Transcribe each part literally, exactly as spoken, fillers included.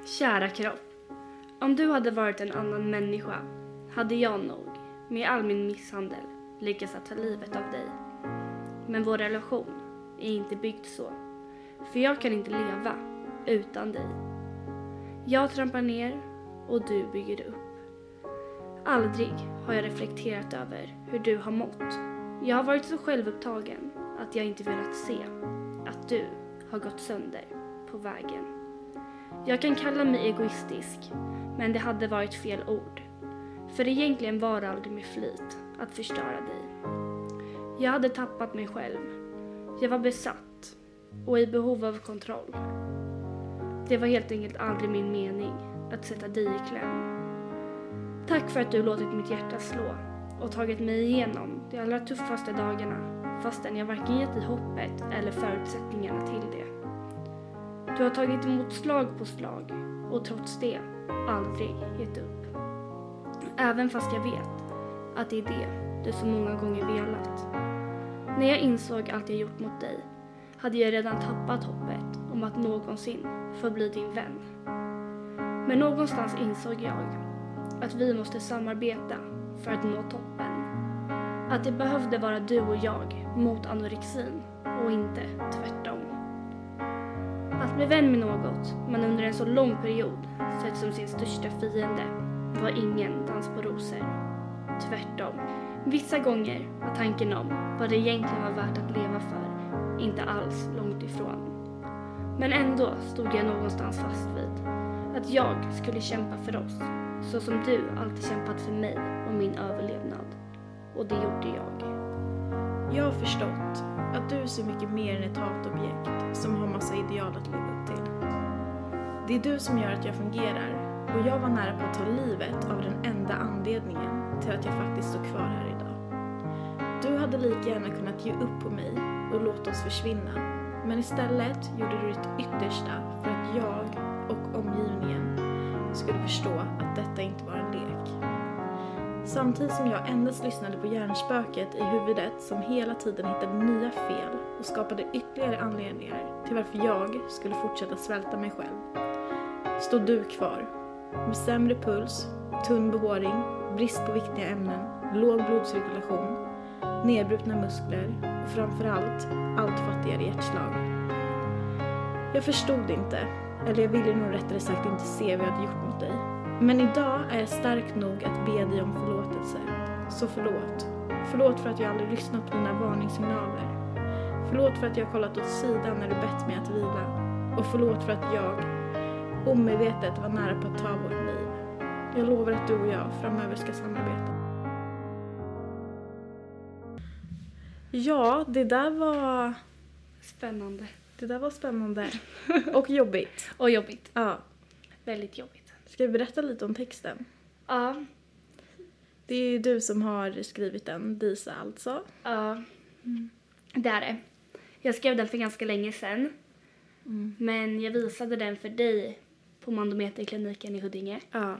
Kära kropp, om du hade varit en annan människa hade jag nog, med all min misshandel, lyckats att ta livet av dig. Men vår relation är inte byggd så, för jag kan inte leva utan dig. Jag trampar ner och du bygger upp. Aldrig har jag reflekterat över hur du har mått. Jag har varit så självupptagen att jag inte velat se att du har gått sönder på vägen. Jag kan kalla mig egoistisk, men det hade varit fel ord. För egentligen var det aldrig med flit att förstöra dig. Jag hade tappat mig själv. Jag var besatt och i behov av kontroll. Det var helt enkelt aldrig min mening att sätta dig i kläm. Tack för att du låtit mitt hjärta slå och tagit mig igenom de allra tuffaste dagarna, fastän jag varken gett dig hoppet eller förutsättningarna till det. Du har tagit emot slag på slag och trots det aldrig gett upp. Även fast jag vet att det är det du så många gånger velat. När jag insåg allt jag gjort mot dig hade jag redan tappat hoppet om att någonsin få bli din vän. Men någonstans insåg jag att vi måste samarbeta för att nå toppen. Att det behövde vara du och jag mot anorexin och inte tvärtom. Att bli vän med något man under en så lång period sett som sin största fiende var ingen dans på rosor. Tvärtom. Vissa gånger var tanken om vad det egentligen var värt att leva för inte alls långt ifrån. Men ändå stod jag någonstans fast vid att jag skulle kämpa för oss så som du alltid kämpat för mig och min överlevnad. Och det gjorde jag. Jag har förstått att du är så mycket mer än ett hatobjekt som har massa ideal att leva upp till. Det är du som gör att jag fungerar och jag var nära på att ta livet av den enda anledningen till att jag faktiskt står kvar här idag. Du hade lika gärna kunnat ge upp på mig och låta oss försvinna. Men istället gjorde du ditt yttersta för att jag och omgivningen skulle förstå att detta inte var en lek. Samtidigt som jag endast lyssnade på hjärnspöket i huvudet som hela tiden hittade nya fel och skapade ytterligare anledningar till varför jag skulle fortsätta svälta mig själv, stod du kvar med sämre puls, tunn behåring, brist på viktiga ämnen, låg blodcirkulation, nedbrutna muskler och framförallt allt fattigare hjärtslag. Jag förstod inte, eller jag ville nog rättare sagt inte se vad jag hade gjort mot dig. Men idag är jag stark nog att be dig om förlåtelse. Så förlåt. Förlåt för att jag aldrig lyssnat på dina varningssignaler. Förlåt för att jag kollat åt sidan när du bett mig att vila. Och förlåt för att jag omedvetet var nära på att ta vårt liv. Jag lovar att du och jag framöver ska samarbeta. Ja, det där var Spännande. Det där var spännande. Och jobbigt. Och jobbigt. Ja. Väldigt jobbigt. Ska vi berätta lite om texten? Ja. Det är ju du som har skrivit den, Disa alltså. Ja. Mm. Det är det. Jag skrev den för ganska länge sedan. Mm. Men jag visade den för dig på Mandometerkliniken i Huddinge. Ja.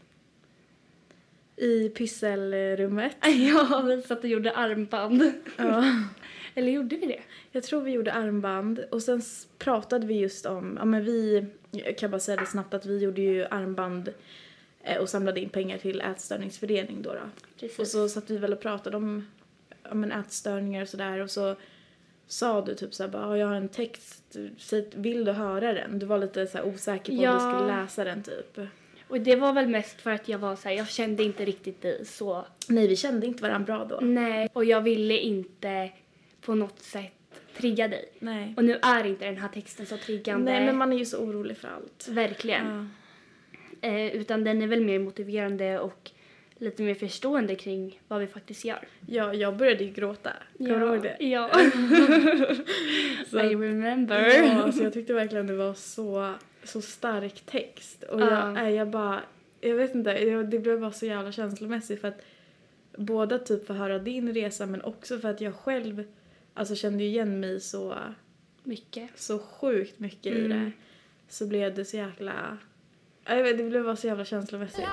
I pysselrummet. Ja, vi satt och gjorde armband. Ja. Eller gjorde vi det? Jag tror vi gjorde armband. Och sen pratade vi just om... Ja, men vi... Jag kan bara säga det snabbt att vi gjorde ju armband och samlade in pengar till ätstörningsförening då. då. Precis. Och så satt vi väl och pratade om ja, men ätstörningar och sådär. Och så sa du typ såhär, bara, jag har en text, vill du höra den? Du var lite så här osäker på ja. om du skulle läsa den typ. Och det var väl mest för att jag var så här, jag kände inte riktigt dig så. Nej, vi kände inte varandra bra då. Nej, och jag ville inte på något sätt trigga dig. Nej. Och nu är inte den här texten så triggande. Nej, men man är ju så orolig för allt. Verkligen. Ja. Eh, utan den är väl mer motiverande och lite mer förstående kring vad vi faktiskt gör. Ja, jag började ju gråta. Kommer ja. du ihåg det? Ja. så, I remember. Ja, så jag tyckte verkligen det var så, så stark text. Och jag, uh. jag bara, jag vet inte, jag, det blev bara så jävla känslomässigt för att båda typ får höra din resa men också för att jag själv alltså kände igen mig så mycket. Så sjukt mycket mm. i det. Så blev det så jäkla... Jag vet, det blev bara så jävla känslomässigt.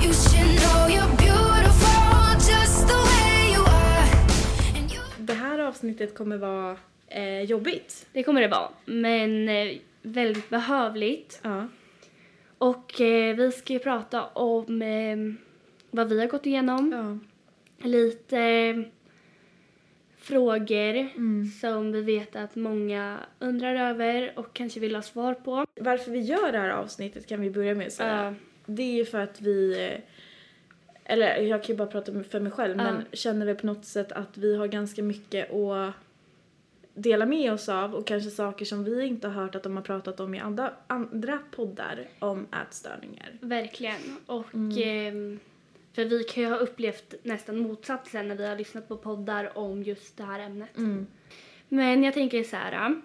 Det här avsnittet kommer vara eh, jobbigt. Det kommer det vara, men eh, väldigt behövligt. Ja. Och eh, vi ska ju prata om eh, vad vi har gått igenom. Ja. Lite eh, frågor Mm. som vi vet att många undrar över och kanske vill ha svar på. Varför vi gör det här avsnittet kan vi börja med att säga. Ja. Det är ju för att vi, eh, eller jag kan ju bara prata för mig själv, Ja. men känner vi på något sätt att vi har ganska mycket att dela med oss av och kanske saker som vi inte har hört att de har pratat om i andra, andra poddar om ätstörningar. Verkligen. Och Mm. eh, för vi kan ju ha upplevt nästan motsatsen när vi har lyssnat på poddar om just det här ämnet. Mm. Men jag tänker så här.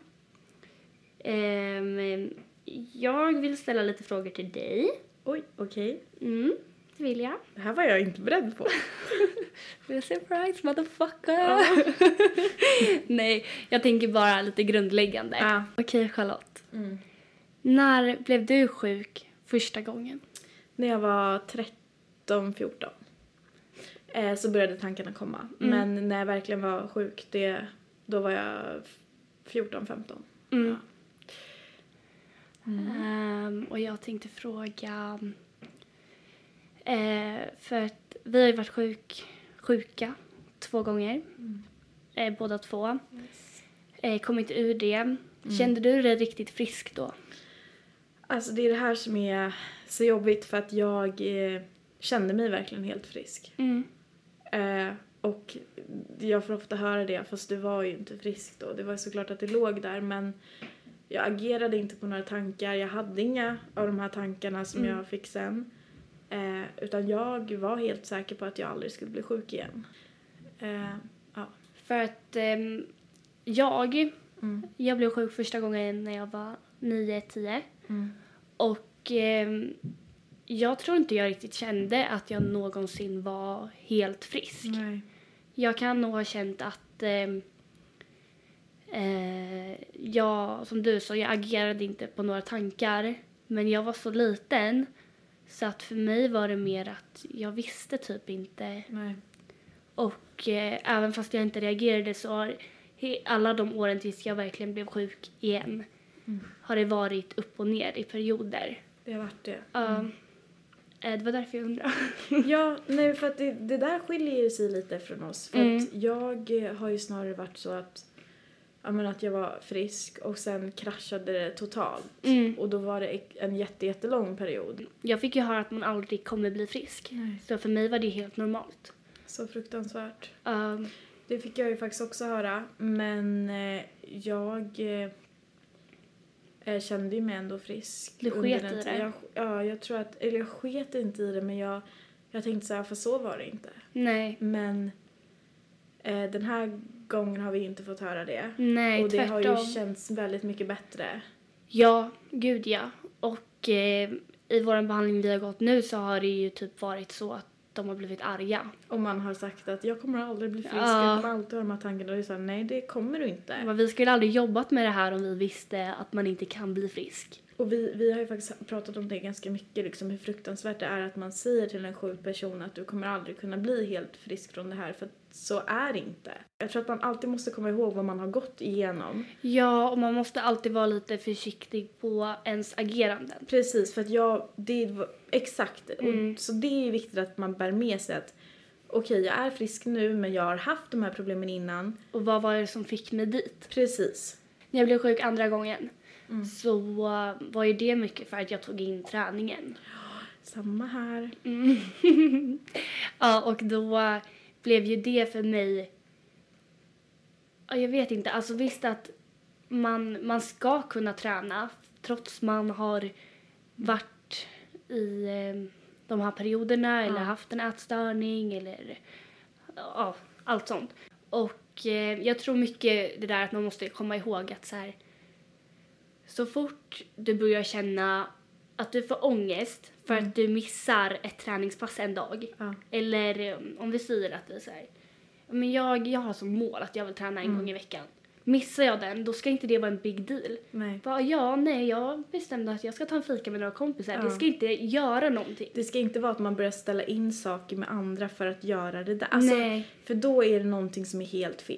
Eh, jag vill ställa lite frågor till dig. Oj, okej. Mm, det vill jag. Det här var jag inte beredd på. Surprise, motherfucker! Nej, jag tänker bara lite grundläggande. Ja. Okej, Charlotte. Mm. När blev du sjuk första gången? När jag var tretton fjorton eh, så började tankarna komma. Mm. Men när jag verkligen var sjuk, det, då var jag fjorton femton. Mm. Ja. Mm. Ehm, och jag tänkte fråga... Eh, för att vi har ju varit sjuk, sjuka två gånger. Mm. Eh, båda två. Yes. Eh, kom inte ur det. Kände du dig riktigt frisk då? Alltså det är det här som är så jobbigt för att jag eh, kände mig verkligen helt frisk. Mm. Eh, och jag får ofta höra det, fast du var ju inte frisk då. Det var såklart att det låg där, men jag agerade inte på några tankar. Jag hade inga av de här tankarna som Mm. jag fick sen. Eh, utan jag var helt säker på att jag aldrig skulle bli sjuk igen. Eh, ja. För att ehm, jag, Mm. jag blev sjuk första gången när jag var nio tio. Mm. Och ehm, jag tror inte jag riktigt kände att jag någonsin var helt frisk. Nej. Jag kan nog ha känt att ehm, eh, jag, som du sa, jag agerade inte på några tankar. Men jag var så liten så att för mig var det mer att jag visste typ inte. Nej. Och eh, även fast jag inte reagerade så har he- alla de åren tills jag verkligen blev sjuk igen Mm. har det varit upp och ner i perioder. Det har varit det. Uh, eh, det var därför jag undrade. Ja, nej, för att det, det där skiljer sig lite från oss. För Mm. att jag eh, har ju snarare varit så att, ja, men att jag var frisk och sen kraschade det totalt. Mm. Och då var det en jätte, jättelång period. Jag fick ju höra att man aldrig kommer bli frisk. Nej. Så för mig var det helt normalt. Så fruktansvärt. Uh, Det fick jag ju faktiskt också höra. Men eh, jag eh, kände ju mig ändå frisk. Du under sket den i tiden. det? Jag, ja, jag tror att, eller jag sket inte i det, men jag, jag tänkte så här, för så var det inte. nej, Men eh, den här gången har vi inte fått höra det. nej, Och det tvärtom. har ju känts väldigt mycket bättre. Ja, gud ja. Och eh, i vår behandling vi har gått nu så har det ju typ varit så att de har blivit arga. Och man har sagt att jag kommer aldrig bli frisk. Ja. Jag kommer alltid ha de här tankarna. Och det är så här, nej, det kommer du inte. Men vi skulle aldrig jobbat med det här om vi visste att man inte kan bli frisk. Och vi, vi har ju faktiskt pratat om det ganska mycket. Liksom, hur fruktansvärt det är att man säger till en sjuk person att du kommer aldrig kunna bli helt frisk från det här. För att så är det inte. Jag tror att man alltid måste komma ihåg vad man har gått igenom. Ja, och man måste alltid vara lite försiktig på ens ageranden. Precis, för att jag, det var exakt. Mm. Och, så det är viktigt att man bär med sig att okej, jag är frisk nu, men jag har haft de här problemen innan. Och vad var det som fick mig dit? Precis. När jag blev sjuk andra gången Mm. så uh, var ju det mycket för att jag tog in träningen. Samma här. Mm. Ja, och då uh, blev ju det för mig... Ja, jag vet inte, alltså visst att man, man ska kunna träna trots man har varit i eh, de här perioderna eller Ja. haft en ätstörning eller ja, allt sånt. Och eh, jag tror mycket det där att man måste komma ihåg att så här, så fort du börjar känna att du får ångest för Mm. att du missar ett träningspass en dag. Ja. Eller eh, om vi säger att vi säger, men jag, jag har som mål att jag vill träna en Mm. gång i veckan. Missar jag den, då ska inte det vara en big deal. Nej. Bara, ja, nej, jag bestämde att jag ska ta en fika med några kompisar. Ja. Det ska inte göra någonting. Det ska inte vara att man börjar ställa in saker med andra för att göra det där. Alltså, nej. för då är det någonting som är helt fel.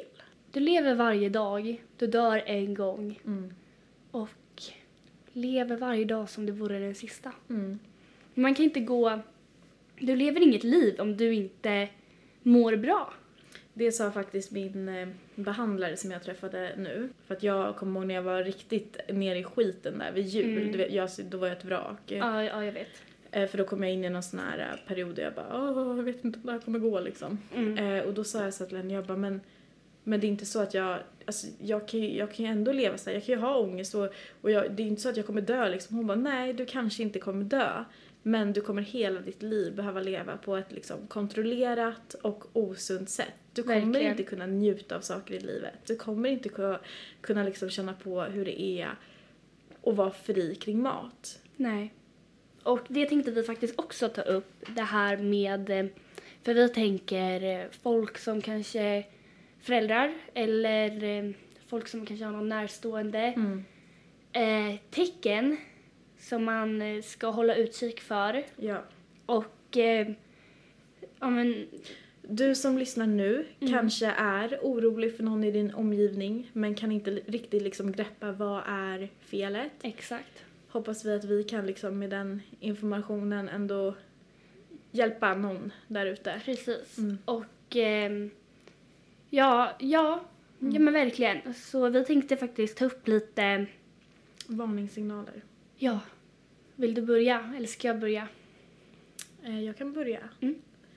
du lever varje dag, du dör en gång Mm. och lever varje dag som det vore den sista. Mm. Man kan inte gå, du lever inget liv om du inte mår bra. Det sa faktiskt min eh, behandlare som jag träffade nu. För att jag kommer ihåg när jag var riktigt nere i skiten där vid jul. Mm. Du vet, jag, då var jag ett vrak. Ja, ja jag vet. Eh, för då kom jag in i någon sån här eh, period där jag bara, åh, jag vet inte om det här kommer gå liksom. Mm. Eh, och då sa jag så till henne, jag bara, men, men det är inte så att jag, alltså jag kan ju, jag kan ju ändå leva så här, jag kan ju ha ångest och, och jag, det är inte så att jag kommer dö liksom. Hon bara, nej du kanske inte kommer dö. Men du kommer hela ditt liv behöva leva på ett liksom kontrollerat och osunt sätt. Du kommer Verkligen. inte kunna njuta av saker i livet. Du kommer inte kunna, kunna liksom känna på hur det är att vara fri kring mat. Nej. Och det tänkte vi faktiskt också ta upp, det här med, eh, för vi tänker eh, folk som kanske föräldrar eller eh, folk som kanske har någon närstående, Mm. eh, tecken som man eh, ska hålla utkik för. Ja. Och eh, ja men, Du som lyssnar nu Mm. kanske är orolig för någon i din omgivning men kan inte riktigt liksom greppa vad är felet. exakt. Hoppas vi att vi kan liksom med den informationen ändå hjälpa någon där ute. Precis. Mm. Och ehm, ja, ja, Mm. ja men verkligen. Så vi tänkte faktiskt ta upp lite, Varningssignaler. ja, vill du börja eller ska jag börja? Eh, jag kan börja. Mm.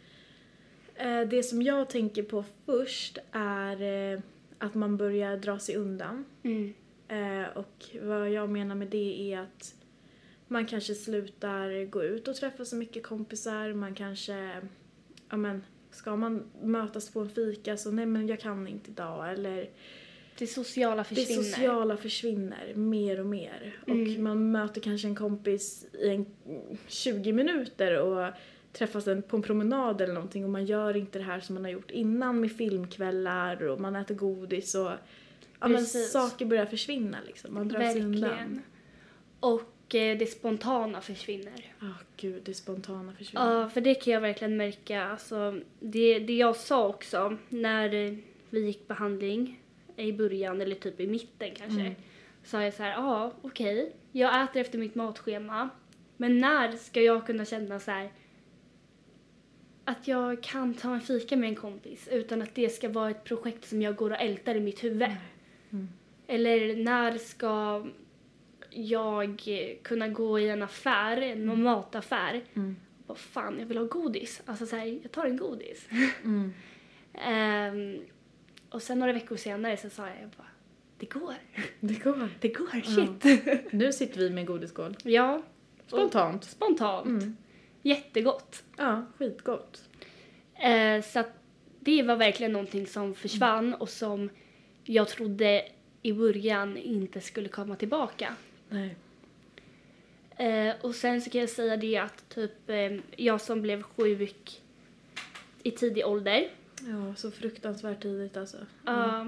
Eh, det som jag tänker på först är eh, att man börjar dra sig undan. Mm. Eh, och vad jag menar med det är att man kanske slutar gå ut och träffa så mycket kompisar. Man kanske, ja men, ska man mötas på en fika så nej men jag kan inte idag. Eller Det sociala det försvinner. sociala försvinner mer och mer. Och Mm. man möter kanske en kompis i en tjugo minuter och träffas en på en promenad eller någonting. Och man gör inte det här som man har gjort innan med filmkvällar och man äter godis och ja, men Precis. saker börjar försvinna liksom. Man drar sig undan. Verkligen. Och eh, det spontana försvinner. Ja, gud, det spontana försvinner. Ja, för det kan jag verkligen märka. Alltså, det, det jag sa också när eh, vi gick behandling i början eller typ i mitten kanske. Mm. Sa jag så här, ja okej, jag äter efter mitt matschema. Men när ska jag kunna känna så här att jag kan ta en fika med en kompis utan att det ska vara ett projekt som jag går och ältar i mitt huvud. Mm. Eller när ska jag kunna gå i en affär, en mataffär Mm. och bara, fan jag vill ha godis. Alltså så här, jag tar en godis. Mm. Ehm, och sen några veckor senare så sa jag, jag bara, det går. Det går. Det går, shit. Nu sitter vi med godisskål. Ja. Spontant. Och spontant. Mm. Jättegott. Ja, skitgott. Eh, så att det var verkligen någonting som försvann och som jag trodde i början inte skulle komma tillbaka. Nej. Eh, och sen så kan jag säga det att typ eh, jag som blev sjuk i tidig ålder. Ja, så fruktansvärt tidigt alltså. Ja,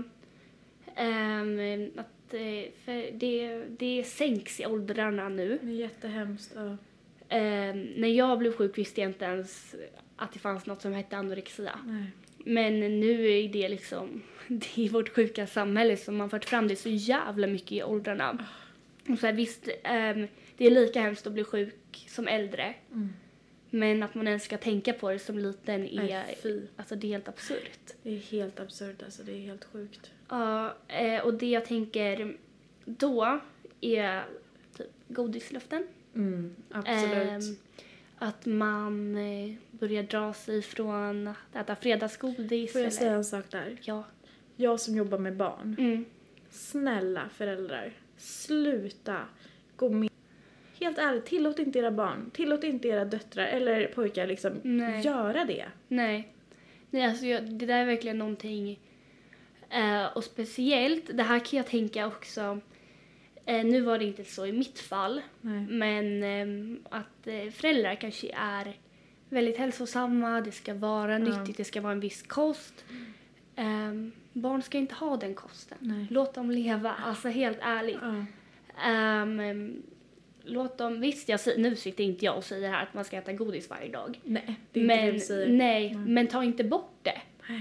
ehm, att eh, för det, det sänks i åldrarna nu. Det är jättehemskt. Ja. Ehm, när jag blev sjuk visste jag inte ens att det fanns något som hette anorexia. Nej. Men nu är det liksom, det är vårt sjuka samhälle som man fört fram det så jävla mycket i åldrarna. Och så här, visst, ehm, det är lika hemskt att bli sjuk som äldre. Mm. Men att man ens ska tänka på det som liten är, Nej, fy. alltså det är helt absurt. Det är helt absurt alltså, det är helt sjukt. Ja, eh, och det jag tänker då är typ godisluften. Mm, absolut. Ehm, att man eh, börjar dra sig från att äta fredagsgodis. Får jag eller- säga en sak där? Ja. Jag som jobbar med barn. Mm. Snälla föräldrar, sluta gå med. Helt ärligt, tillåt inte era barn, tillåt inte era döttrar eller pojkar liksom Nej. göra det. Nej. Nej, alltså jag, det där är verkligen någonting. Eh, och speciellt, det här kan jag tänka också. Eh, nu var det inte så i mitt fall. Nej. Men eh, att eh, föräldrar kanske är väldigt hälsosamma. Det ska vara Ja. nyttigt, det ska vara en viss kost. Eh, barn ska inte ha den kosten. Nej. Låt dem leva, alltså helt ärligt. Ja. Ehm, låt dem, visst jag, säger- nu sitter inte jag och säger här att man ska äta godis varje dag. Nej, det är inte det Men, du säger. nej, Nej. men ta inte bort det. Nej.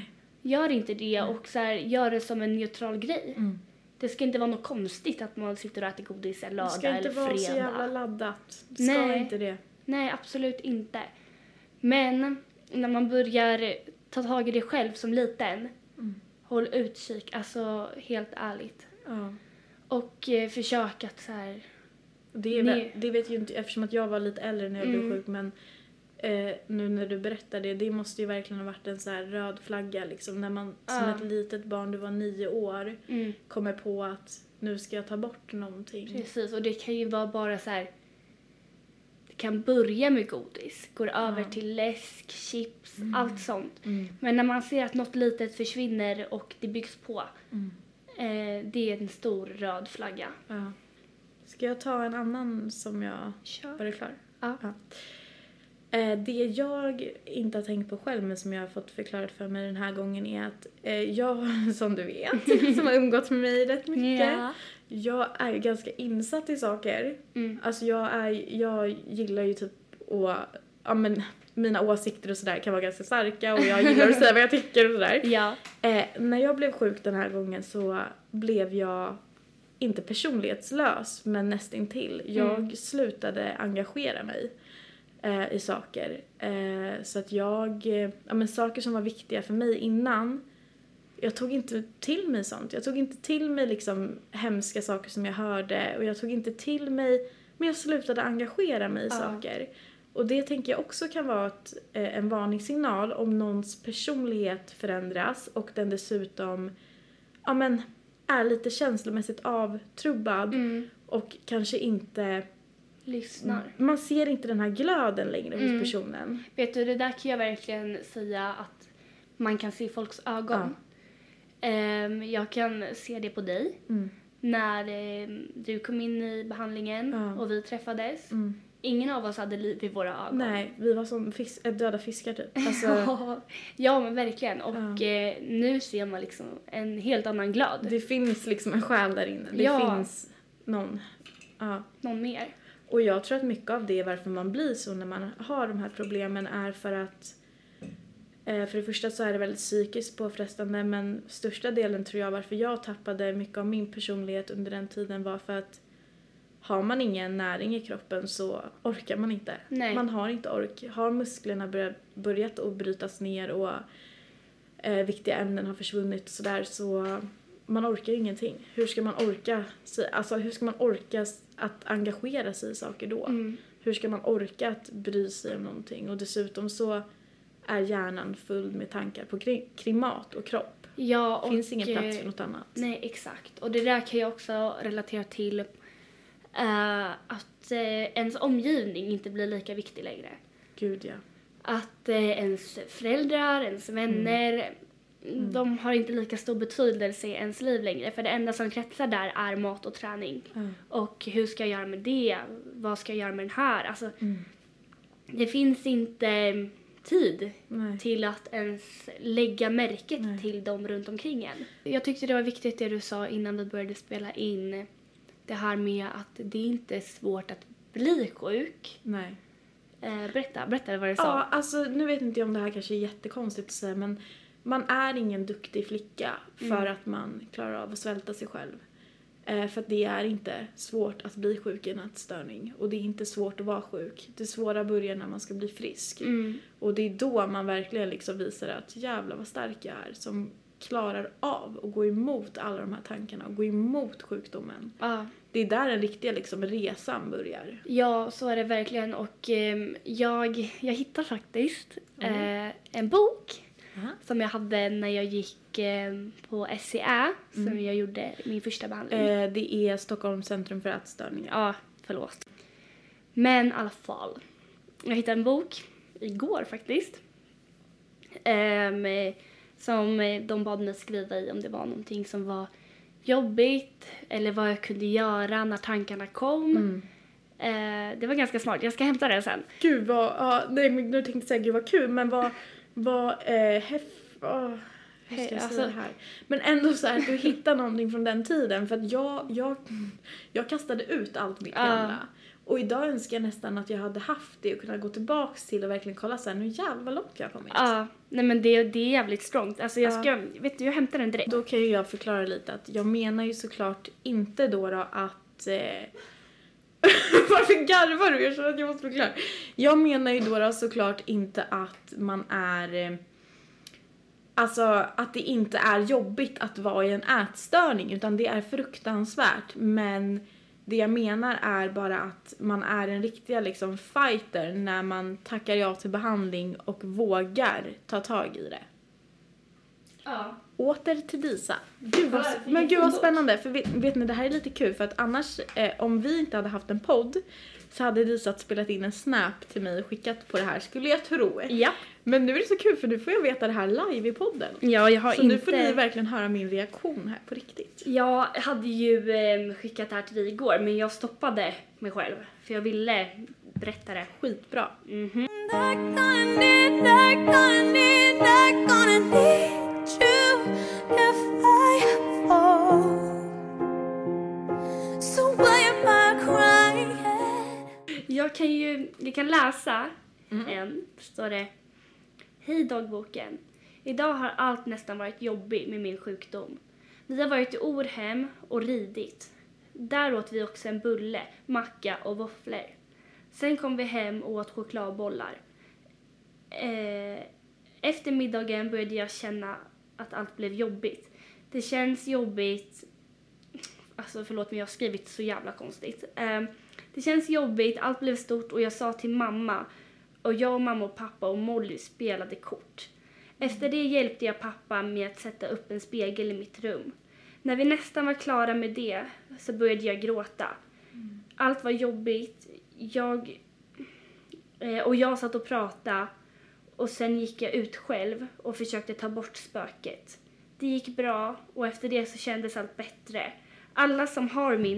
gör inte det och så här, gör det som en neutral grej. Mm. Det ska inte vara något konstigt att man sitter och äter godis en lördag eller fredag. Det ska inte vara så jävla laddat. Det ska Nej. inte det. Nej, absolut inte. Men när man börjar ta tag i det själv som liten, Mm. håll utkik, alltså helt ärligt. Ja. Och eh, försök att så här... Det, är, Nej. det vet ju inte, eftersom att jag var lite äldre när jag blev Mm. sjuk, men eh, nu när du berättar det, det måste ju verkligen ha varit en så här röd flagga liksom, när man Ja. som ett litet barn, du var nio år, Mm, kommer på att nu ska jag ta bort någonting. precis, och det kan ju vara bara så här... Det kan börja med godis, går över Ja. till läsk, chips, Mm. allt sånt. Mm. Men när man ser att något litet försvinner och det byggs på, Mm. eh, det är en stor röd flagga. Ja. Ska jag ta en annan som jag... Kör. Var du klar? Ja. Eh, det jag inte har tänkt på själv, men som jag har fått förklarat för mig den här gången, är att eh, jag, som du vet, som har umgått med mig rätt mycket, Ja. jag är ju ganska insatt i saker. Mm. Alltså jag är, jag gillar ju typ att, ja men mina åsikter och sådär kan vara ganska starka, och jag gillar att säga vad jag tycker och sådär. Ja. Eh, när jag blev sjuk den här gången så blev jag inte personlighetslös, men nästintill. Jag Mm. slutade engagera mig eh, i saker. Eh, så att jag, eh, ja men saker som var viktiga för mig innan, jag tog inte till mig sånt. Jag tog inte till mig liksom hemska saker som jag hörde, och jag tog inte till mig, men jag slutade engagera mig i Ja. saker. Och det tänker jag också kan vara ett, eh, en varningssignal om någons personlighet förändras och den dessutom, ja men, är lite känslomässigt avtrubbad Mm. och kanske inte, Lyssnar. man ser inte den här glöden längre Mm. hos personen. Vet du, det där kan jag verkligen säga att man kan se i folks ögon. Ehm, jag kan se det på dig. Mm. När ehm, du kom in i behandlingen Ja. och vi träffades. Mm. Ingen av oss hade liv i våra ögon. Nej, vi var som fisk, äh, döda fiskar typ. Alltså, Ja, ja, men verkligen. Och eh, nu ser man liksom en helt annan glöd. det finns liksom en själ där inne. Det Ja. finns någon. Ja. Någon mer. Och jag tror att mycket av det, varför man blir så när man har de här problemen, är för att eh, för det första så är det väldigt psykiskt påfrestande, men största delen tror jag varför jag tappade mycket av min personlighet under den tiden var för att har man ingen näring i kroppen så orkar man inte. Nej. Man har inte ork. Har musklerna börjat, börjat att brytas ner och eh, viktiga ämnen har försvunnit och sådär, så man orkar ingenting. Hur ska man orka sig, alltså hur ska man orka att engagera sig i saker då? Mm. Hur ska man orka att bry sig om någonting? Och dessutom så är hjärnan full med tankar på kring, kring mat och kropp. Ja, Det och, finns ingen plats eh, för något annat. Nej, exakt. Och det där kan jag också relatera till eh, att eh, ens omgivning inte blir lika viktig längre. Gud, ja. Att eh, ens föräldrar, ens vänner, Mm. de har inte lika stor betydelse i ens liv längre. För det enda som kretsar där är mat och träning. Mm. Och hur ska jag göra med det? Vad ska jag göra med den här? Alltså, Mm. det finns inte tid Nej. till att ens lägga märket Nej. till dem runt omkring en. Jag tyckte det var viktigt det du sa innan vi började spela in. Det här med att det inte är svårt att bli sjuk. Nej. Eh, berätta, berätta vad du sa. Ja, alltså nu vet inte jag om det här kanske är jättekonstigt att säga, men man är ingen duktig flicka för Mm. att man klarar av att svälta sig själv. Eh, för att det är inte svårt att bli sjuk i en ätstörning. Och det är inte svårt att vara sjuk. Det svåra börjar när man ska bli frisk. Mm. Och det är då man verkligen liksom visar att jävlar vad stark jag är som klarar av att gå emot alla de här tankarna och gå emot sjukdomen. Ja. Det är där den riktiga liksom resan börjar. Ja, så är det verkligen. Och ehm, jag, jag hittade faktiskt Mm. eh, en bok Aha. som jag hade när jag gick ehm, på S C Ä, som Mm. jag gjorde min första behandling. Eh, det är Stockholms centrum för ätstörningar. Ja, förlåt. Men i alla fall. Jag hittade en bok igår faktiskt. Ehm, som de bad mig skriva i om det var någonting som var jobbigt. Eller vad jag kunde göra när tankarna kom. Mm. Eh, det var ganska smart. Jag ska hämta den sen. Gud vad, ja, nej, men nu tänkte jag säga gud vad kul, men vad, vad, eh, heff, oh, hur ska jag He- säga alltså- det här? Men ändå så här att du hittar någonting från den tiden, för att jag, jag, jag kastade ut allt mitt Ja. gamla. Och idag önskar jag nästan att jag hade haft det och kunnat gå tillbaks till och verkligen kolla så här, nu jävlar vad långt jag har kommit. Ja, nej men det, det är jävligt strångt. Alltså jag ska, ja. vet du, jag hämtar den direkt. Då kan ju jag förklara lite att jag menar ju såklart inte då, då att... Eh... Varför garvar du? Jag känner att jag måste förklara. Jag menar ju då, då såklart inte att man är... Eh... Alltså att det inte är jobbigt att vara i en ätstörning, utan det är fruktansvärt. Men det jag menar är bara att man är en riktig liksom fighter när man tackar ja till behandling och vågar ta tag i det. Ja. Åter till Disa. Gud vad, men gud vad spännande. För vet, vet ni, det här är lite kul. För att annars, eh, om vi inte hade haft en podd, så hade Disa spelat in en snap till mig och skickat på det här, skulle jag tro. Ja. Men nu är det så kul, för nu får jag veta det här live i podden. Ja, jag har så inte... nu får ni verkligen höra min reaktion här på riktigt. Jag hade ju eh, skickat det här till dig igår, men jag stoppade mig själv. För jag ville berätta det. Skitbra. Mhm. Jag kan ju, jag kan läsa mm. en, står det: Hej dagboken. Idag har allt nästan varit jobbigt med min sjukdom. Vi har varit i Orhem och ridit. Där åt vi också en bulle, macka och våfflor. Sen kom vi hem och åt chokladbollar. Eh, efter middagen började jag känna att allt blev jobbigt. Det känns jobbigt. Alltså förlåt, men jag har skrivit så jävla konstigt. Eh, det känns jobbigt, allt blev stort och jag sa till mamma. Och jag, mamma och pappa och Molly spelade kort. Efter det hjälpte jag pappa med att sätta upp en spegel i mitt rum. När vi nästan var klara med det så började jag gråta. Mm. Allt var jobbigt. Jag, eh, och jag satt och pratade. Och sen gick jag ut själv och försökte ta bort spöket. Det gick bra och efter det så kändes allt bättre. Alla som har min,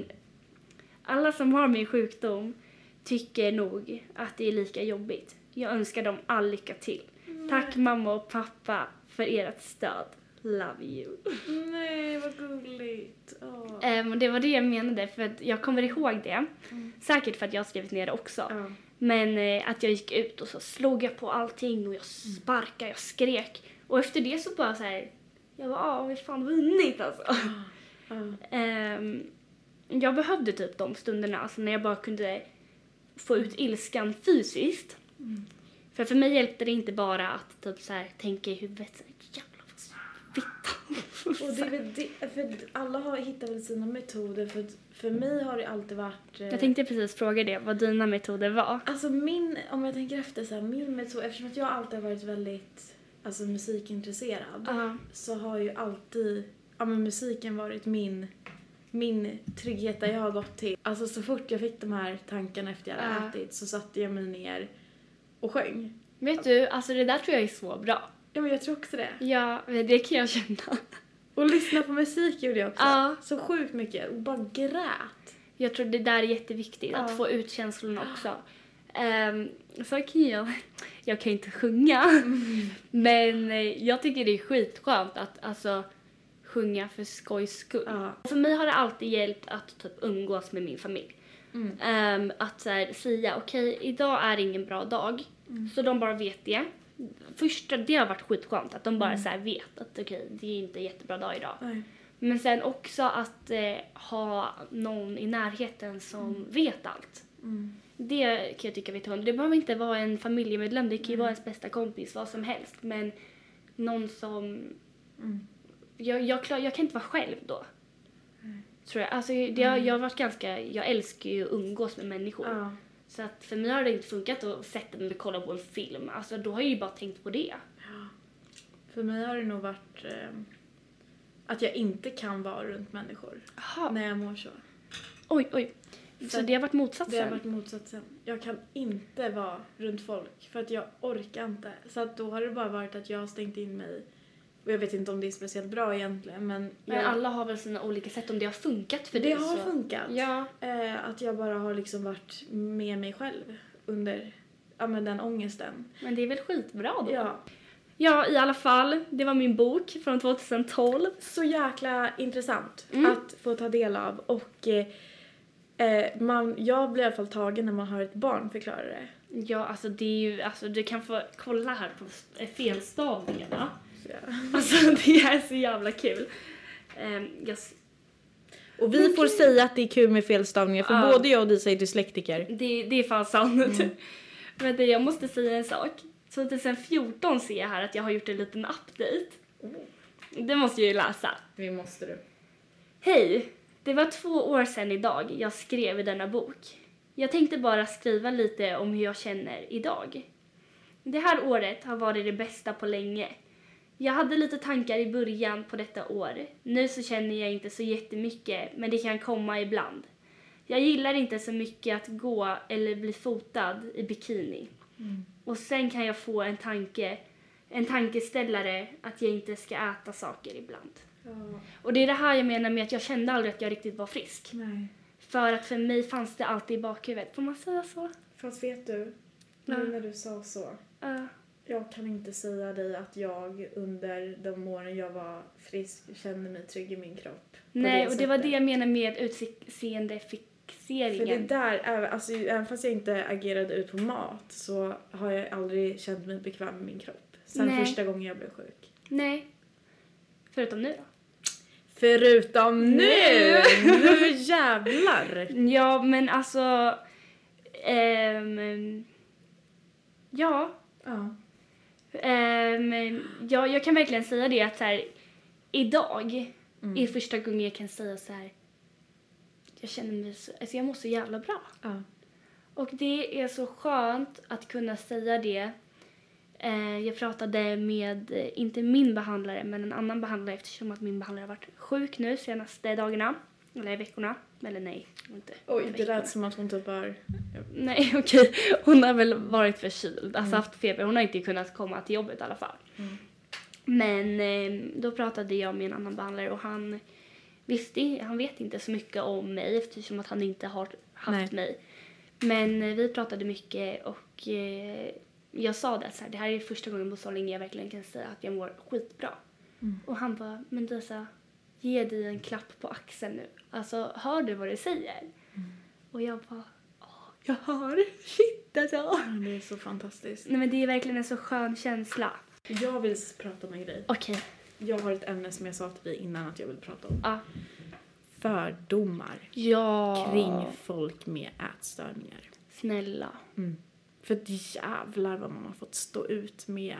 alla som har min sjukdom tycker nog att det är lika jobbigt. Jag önskar dem all lycka till. Mm. Tack mamma och pappa för ert stöd. Love you. Nej, vad gulligt. Oh. Um, det var det jag menade, för att jag kommer ihåg det. Mm. Säkert för att jag har skrivit ner det också. Mm. Men eh, att jag gick ut och så slog jag på allting och jag sparkade, jag skrek. Och efter det så bara så här, jag var ah, vi fan vunnit alltså. Mm. um, jag behövde typ de stunderna, alltså när jag bara kunde få ut ilskan fysiskt. Mm. För för mig hjälpte det inte bara att typ så här tänka i huvudet, så här, jävlar vad fitta. Och det är väl det, för alla har hittat väl sina metoder. För, för mig har det alltid varit... Jag tänkte precis fråga det, vad dina metoder var. Alltså min, om jag tänker efter så här, min metod, eftersom att jag alltid har varit väldigt alltså, musikintresserad. Uh-huh. Så har ju alltid, ja men musiken varit min... min trygghet där jag har gått till. Alltså så fort jag fick de här tankarna efter jag hade uh. ätit så satte jag mig ner och sjöng. Vet du, alltså det där tror jag är så bra. Ja, men jag tror också det. Ja, det kan jag känna. Och lyssna på musik gjorde jag också. Uh. Så sjukt mycket. Och bara grät. Jag tror det där är jätteviktigt, uh. att få ut känslorna också. Um, så kan jag, jag kan inte sjunga. Mm. Men jag tycker det är skitskönt att alltså sjunga för skojs skull. Uh. För mig har det alltid hjälpt att typ umgås med min familj. Mm. Um, att så här, säga, okej, okay, idag är ingen bra dag. Mm. Så de bara vet det. Första, det har varit skitskönt att de bara mm. så här vet att okej, okay, det är inte en jättebra dag idag. Nej. Men sen också att eh, ha någon i närheten som mm. vet allt. Mm. Det kan jag tycka vi tar. Det behöver inte vara en familjemedlem, det kan ju mm. vara ens bästa kompis, vad som helst. Men någon som... Mm. Jag, jag, klar, jag kan inte vara själv då. Mm. Tror jag. Alltså, det, mm. jag har varit ganska... Jag älskar ju att umgås med människor. Ja. Så att för mig har det inte funkat att sätta mig och kolla på en film. Alltså då har jag ju bara tänkt på det. Ja. För mig har det nog varit... Eh, att jag inte kan vara runt människor. Aha. När jag mår så. Oj, oj. Så, så det har varit motsatsen? Det har varit motsatsen. Jag kan inte vara runt folk. För att jag orkar inte. Så att då har det bara varit att jag har stängt in mig. Och jag vet inte om det är speciellt bra egentligen. Men, men jag, alla har väl sina olika sätt om det har funkat för det dig. Det har så. funkat. Ja. Eh, att jag bara har liksom varit med mig själv under ja, men den ångesten. Men det är väl skitbra då? Ja. Ja, i alla fall. Det var min bok från tjugohundratolv. Så jäkla intressant mm. att få ta del av. Och eh, Eh, man, jag blir i alla fall tagen när man har ett barn, förklarar det. Ja, alltså det är ju, alltså du kan få kolla här på felstavningarna. Ja. Alltså det är så jävla kul. Um, jag... Och vi får säga att det är kul med felstavningar, för ja. både jag och Disa är dyslektiker. Det, det är fan sant. Mm. Men det, jag måste säga en sak. tjugo fjorton ser jag här att jag har gjort en liten update. Mm. Det måste jag ju läsa. Vi måste du. Hej! Det var två år sedan idag jag skrev i denna bok. Jag tänkte bara skriva lite om hur jag känner idag. Det här året har varit det bästa på länge. Jag hade lite tankar i början på detta år. Nu så känner jag inte så jättemycket, men det kan komma ibland. Jag gillar inte så mycket att gå eller bli fotad i bikini. Mm. Och sen kan jag få en tanke, en tankeställare att jag inte ska äta saker ibland. Ja. Och det är det här jag menar med att jag kände aldrig att jag riktigt var frisk. Nej. För att för mig fanns det alltid i bakhuvudet. Får man säga så? Fast vet du, Ja. nu när du sa så. Uh, Jag kan inte säga dig att jag under de åren jag var frisk kände mig trygg i min kropp. nej, det och det var det sättet. jag menar med utseendefixeringen. För det där, är- alltså, även fast jag inte agerade ut på mat så har jag aldrig känt mig bekväm med min kropp. Sen Nej. första gången jag blev sjuk. Nej. Förutom nu då. Förutom nu! Nu! Nu jävlar! Ja, men alltså... ehm, ja. Ja. Um, jag, jag kan verkligen säga det att så här, idag Mm. är första gången jag kan säga så här. Jag känner mig så, alltså jag mår så jävla bra. Ja. Och det är så skönt att kunna säga det. Eh, jag pratade med, eh, inte min behandlare, men en annan behandlare eftersom att min behandlare har varit sjuk nu senaste dagarna. Eller veckorna. Eller nej, inte Oj, det veckorna. lät som att hon typ har... Nej, okej. Hon har väl varit förkyld. Alltså Mm. haft feber. Hon har inte kunnat komma till jobbet i alla fall. Mm. Men eh, då pratade jag med en annan behandlare och han visste, han vet inte så mycket om mig eftersom att han inte har haft Nej. mig. Men eh, vi pratade mycket och eh, jag sa det så här, det här är första gången på så länge jag verkligen kan säga att jag mår skitbra. Mm. Och han bara, men Disa, ge dig en klapp på axeln nu. Alltså, hör du vad du säger? Mm. Och jag bara, åh, jag hör, shit alltså. Ja, det är så fantastiskt. Nej men det är verkligen en så skön känsla. Jag vill prata om en grej. Okej. Jag har ett ämne som jag sa till dig innan att jag vill prata om. Ja. Fördomar Ja. kring folk med ätstörningar. Snälla. Mm. För jävlar vad man har fått stå ut med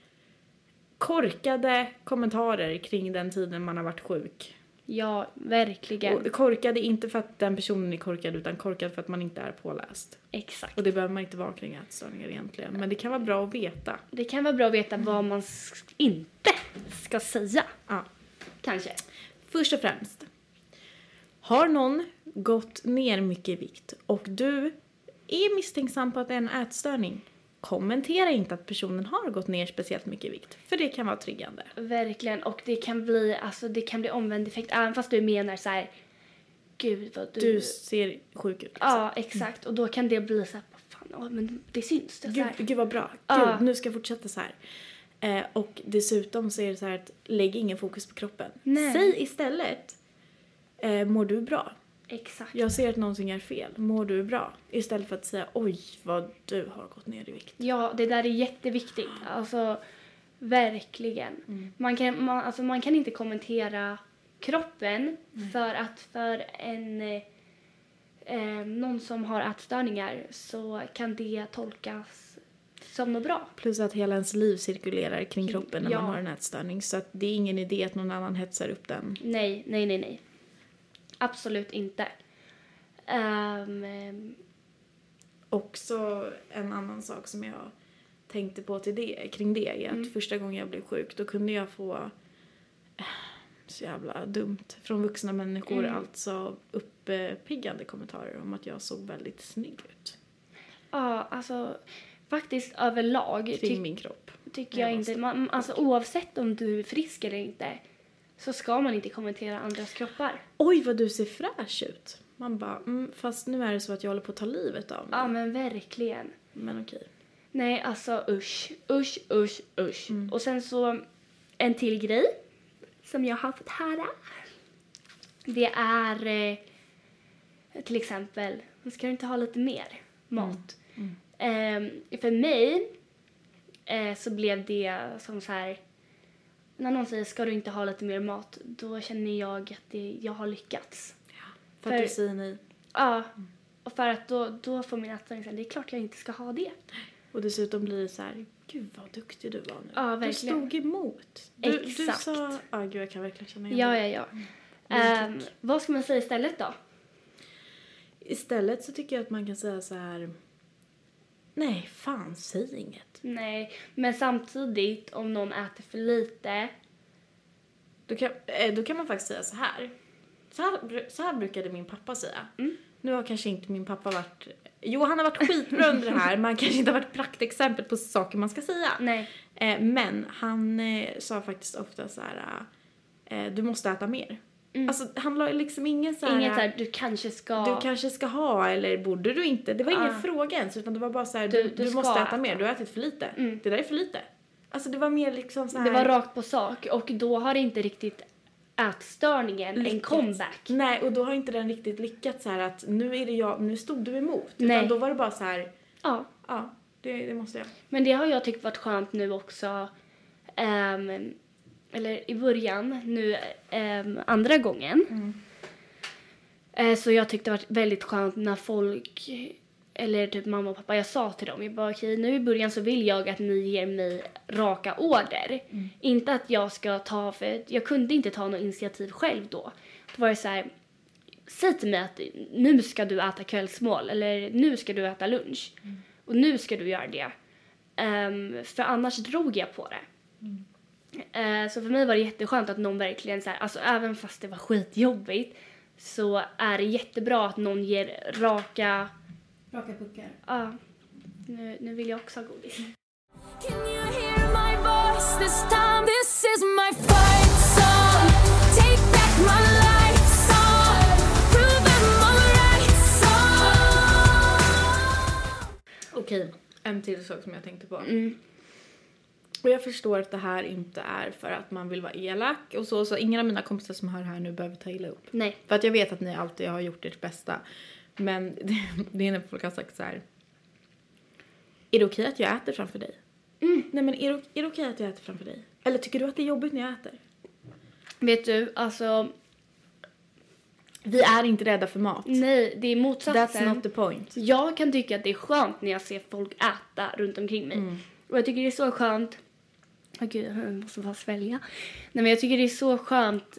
korkade kommentarer kring den tiden man har varit sjuk. Ja, verkligen. Och korkade inte för att den personen är korkad utan korkad för att man inte är påläst. Exakt. Och det behöver man inte vara kring ätstörningar egentligen. Men det kan vara bra att veta. Det kan vara bra att veta vad man s- inte ska säga. Ja. Kanske. Först och främst. Har någon gått ner mycket i vikt och du är misstänksam på att det är en ätstörning, kommentera inte att personen har gått ner speciellt mycket i vikt. För det kan vara triggande. Verkligen. Och det kan bli, alltså det kan bli omvänd effekt. Även fast du menar så här, gud vad du... Du ser sjuk ut. Liksom. Ja, exakt. Och då kan det bli så här, fan, ja, men det syns det så Gud, här. gud vad bra. Ja. Gud, nu ska jag fortsätta så här. Eh, och dessutom så är det så här att lägg ingen fokus på kroppen. Nej. Säg istället, eh, mår du bra? Exakt. Jag ser att någonting är fel. Mår du bra? Istället för att säga, oj vad du har gått ner i vikt. Ja, det där är jätteviktigt. Alltså, verkligen. Mm. Man kan, man, alltså, man kan inte kommentera kroppen för att för en eh, eh, någon som har ätstörningar så kan det tolkas som något bra. Plus att hela ens liv cirkulerar kring kroppen när Ja. man har en ätstörning. Så att det är ingen idé att någon annan hetsar upp den. Nej, nej, nej, nej. Absolut inte. Um, Också en annan sak som jag tänkte på till det, kring det är att Mm. första gången jag blev sjuk då kunde jag få eh, så jävla dumt från vuxna människor, Mm. alltså uppiggande kommentarer om att jag såg väldigt snygg ut ja, alltså faktiskt överlag kring ty- min kropp. tycker jag jag var inte, så man, alltså oavsett om du är frisk eller inte så ska man inte kommentera andras kroppar. Oj vad du ser fräsch ut. Man bara, mm, fast nu är det så att jag håller på att ta livet av mig. Ja, men verkligen. Men okej. Nej, alltså usch. Usch, usch, usch. Mm. Och sen så en till grej som jag har fått höra. Det är... Eh, till exempel, ska du inte ha lite mer mat? Mm. Mm. Eh, för mig eh, så blev det som så här, när någon säger ska du inte ha lite mer mat, då känner jag att det, jag har lyckats. Ja, för, för att du säger nej. Ja, mm. och för att då, då får min ätstörning säga, det är klart jag inte ska ha det. Och dessutom blir det så här, gud vad duktig du var nu. Ja, verkligen. Du stod emot. Du, Exakt. Du sa, ja gud jag kan verkligen känna igen Ja, det. ja, ja. Mm. Um, vad ska man säga istället då? Istället så tycker jag att man kan säga så här, nej fan, säg inget. Nej, men samtidigt om någon äter för lite. Då kan, då kan man faktiskt säga så här. Så här, så här brukade min pappa säga. Mm. Nu har kanske inte min pappa varit... Jo, han har varit skitbra under det här. Man kanske inte har varit praktexempel på saker man ska säga. Nej. Eh, men han eh, sa faktiskt ofta så här... Eh, du måste äta mer. Mm. Alltså, han la liksom ingen så här... Inget så här, du kanske ska... Du kanske ska ha, eller borde du inte? Det var ingen ah. fråga ens, utan det var bara så här... Du, du, du, du måste äta, äta mer, du har ätit för lite. Mm. Det där är för lite. Alltså, det var mer liksom så här... Det var rakt på sak, och då har det inte riktigt... ätstörningen lyckats. En comeback. Nej, och då har inte den riktigt lyckats så här att nu är det jag, nu stod du emot. Nej. Utan då var det bara så här, ja, ja det, det måste jag. Men det har jag tyckt varit skönt nu också. Um, eller i början, nu um, andra gången. Mm. Uh, så jag tyckte det varit väldigt skönt när folk, eller typ mamma och pappa, jag sa till dem, jag bara okej, nu i början så vill jag att ni ger mig raka order. Mm. Inte att jag ska ta, för jag kunde inte ta något initiativ själv då. Då var det så här, säg till mig att nu ska du äta kvällsmål, eller nu ska du äta lunch. Mm. Och nu ska du göra det. Um, för annars drog jag på det. Mm. Uh, så för mig var det jätteskönt att någon verkligen så här, alltså även fast det var skitjobbigt, så är det jättebra att någon ger raka... Raka puckar. Ja, nu, nu vill jag också ha godis. Can you hear my voice this time? This is my fight song. Take back my life song. Prove I'm alright song. Okej, en till sak som jag tänkte på. Mm. Och jag förstår att det här inte är för att man vill vara elak och så. Så ingen av mina kompisar som hör här nu behöver ta illa upp. Nej. För att jag vet att ni alltid har gjort ert bästa. Men det, det är när folk har sagt så här. Är det okej att jag äter framför dig? Mm. Nej, men är det, är det okej att jag äter framför dig? Eller tycker du att det är jobbigt när jag äter? Vet du, alltså... Vi är inte rädda för mat. Nej, det är motsatsen. That's not the point. Jag kan tycka att det är skönt när jag ser folk äta runt omkring mig. Mm. Och jag tycker det är så skönt... Åh oh, gud, jag måste bara svälja. Nej, men jag tycker det är så skönt...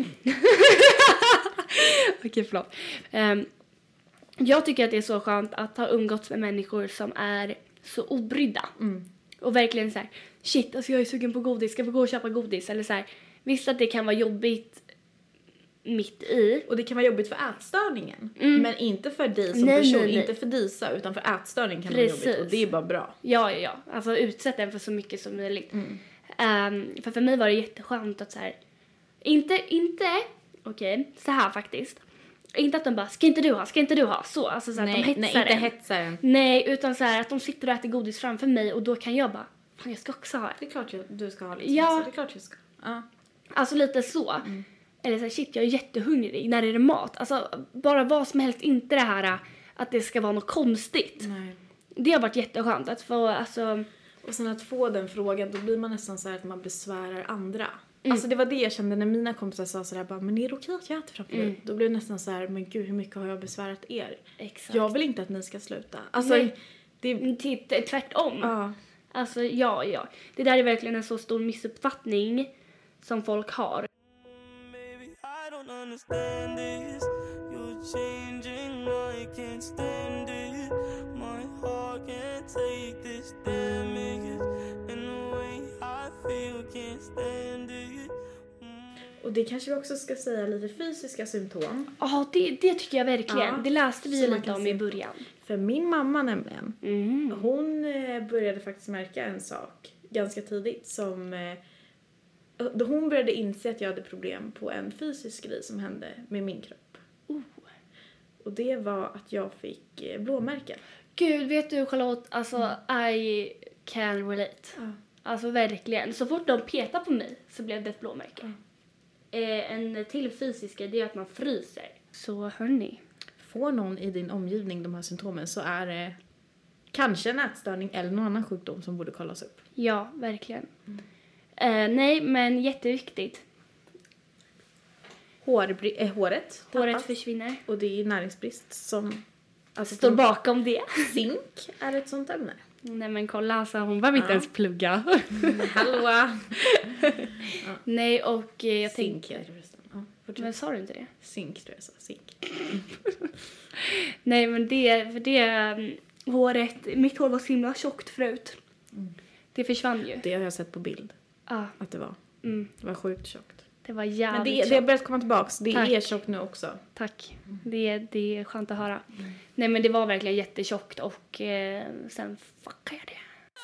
Okej, okay, förlåt. Um, jag tycker att det är så skönt att ha umgåtts med människor som är så obrydda. Mm. Och verkligen så här, shit, alltså jag är sugen på godis, ska vi gå och köpa godis? Eller så här, visst att det kan vara jobbigt mitt i. Och det kan vara jobbigt för ätstörningen. Mm. Men inte för dig som nej, person, nej, nej. inte för Disa, utan för ätstörning kan Precis. det vara jobbigt. Och det är bara bra. Ja, ja, ja. Alltså utsätt den för så mycket som möjligt. Mm. Um, för för mig var det jätteskönt att så här, inte, inte, okej, okay, så här faktiskt. Inte att de bara, ska inte du ha, ska inte du ha, så. Alltså så nej, att de hetsar nej, inte en. hetsar en. Nej, utan så här att de sitter och äter godis framför mig och då kan jag bara, fan jag ska också ha det. Det är klart jag, du ska ha lite. Ja. Så det är klart jag ska. Ja. Alltså lite så. Mm. Eller så här, shit, jag är jättehungrig, när är det mat? Alltså bara vad som helst, inte det här att det ska vara något konstigt. Nej. Det har varit jätteskönt att få, alltså... Och sen att få den frågan, då blir man nästan så här att man besvärar andra. Mm. Alltså det var det jag kände när mina kompisar sa sådär bara, men är det okej att jag äter framför dig? Mm. Då blev det nästan så här, men gud hur mycket har jag besvärat er? Exakt. Jag vill inte att ni ska sluta. Alltså, nej. Det... T- tvärtom. Ja. Alltså ja, ja. Det där är verkligen en så stor missuppfattning som folk har. Baby, I don't understand this. You're changing, I can't stand it. My heart can't take this damage. And the way I feel can't stand it. Och det kanske vi också ska säga lite fysiska symptom. Ja, det, det tycker jag verkligen. Ja, det läste vi ju lite om se. i början. För min mamma nämligen, mm. hon började faktiskt märka en sak ganska tidigt som... Då hon började inse att jag hade problem på en fysisk grej som hände med min kropp. Oh. Och det var att jag fick blåmärken. Gud, vet du Charlotte, alltså mm. I can relate. Ja. Alltså verkligen. Så fort de petar på mig så blev det ett blåmärke. Ja. Eh, en till fysisk grej, det är att man fryser. Så hörni. får någon i din omgivning de här symptomen så är det kanske en ätstörning eller någon annan sjukdom som borde kollas upp. Ja, verkligen. Mm. Uh, nej, men jätteviktigt. Hårbri- äh, håret Håret tappas. försvinner. Och det är näringsbrist som alltså, står bakom det. Zink är ett sånt ämne. Nej men kolla, alltså, hon var inte ja. ens plugga. Mm, hallå! ja. Nej, och eh, jag Zink, tänkte... ja, men sa du inte det? Zink tror jag sa, zink. Nej men det, för det, um, håret, mitt hår var så himla tjockt förut. Mm. Det försvann ju. Det har jag sett på bild. Ah. Att det var. Mm. Det var sjukt tjockt. Det var jävligt Men det, det har börjat komma tillbaks. Det Tack. är tjockt nu också. Tack. Mm. Det, det är skönt att höra. Mm. Nej men det var verkligen jättetjockt och eh, sen fuckade jag det.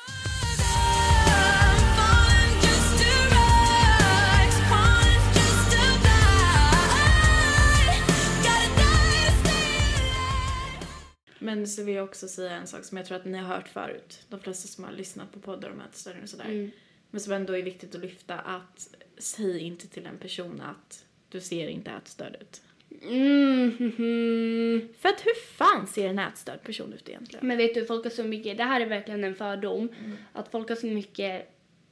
Men så vill jag också säga en sak som jag tror att ni har hört förut. De flesta som har lyssnat på poddar om ätstörningar och sådär. Mm. Men som ändå är viktigt att lyfta att säg inte till en person att du ser inte ätstörd ut. Mm, mm. För att hur fan ser en ätstörd person ut egentligen? Men vet du, folk har så mycket, det här är verkligen en fördom. Mm. Att folk har så mycket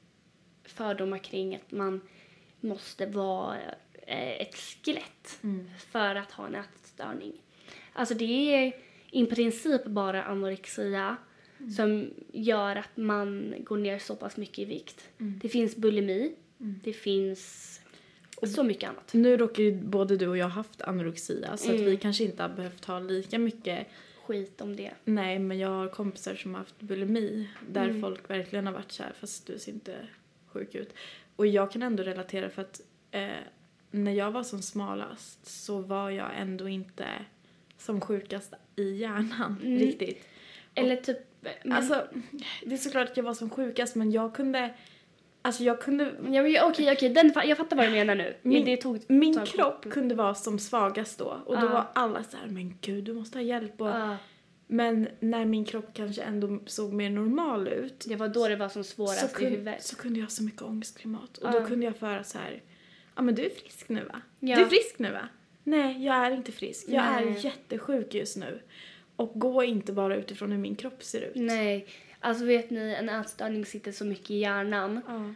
fördomar kring att man måste vara ett skelett mm. för att ha en ätstörning. Alltså det är i princip bara anorexia mm. som gör att man går ner så pass mycket i vikt. Mm. Det finns bulimi, mm. det finns och så mycket annat. Nu råkar ju både du och jag haft anorexia så mm. att vi kanske inte har behövt ha lika mycket skit om det. Nej, men jag har kompisar som har haft bulimi där mm. folk verkligen har varit så här, fast du ser inte sjuk ut. Och jag kan ändå relatera för att eh, när jag var som smalast så var jag ändå inte som sjukast i hjärnan mm. riktigt. Eller typ men... alltså det är såklart att jag var som sjukast men jag kunde alltså jag kunde ja, men, okej okej den jag fattar vad du menar nu. Min, det tog, min tog kropp upp. Kunde vara som svagast då och då uh. var alla så här men gud du måste ha hjälp och uh. men när min kropp kanske ändå såg mer normal ut. Det var då det var som svårast kunde, i huvudet. Så kunde jag ha så mycket ångestklimat och uh. då kunde jag föra så här ja men du är frisk nu va? Ja. Du är frisk nu va? Nej, jag är inte frisk. Jag Nej. är jättesjuk just nu. Och gå inte bara utifrån hur min kropp ser ut. Nej, alltså vet ni, en ätstörning sitter så mycket i hjärnan. Ja.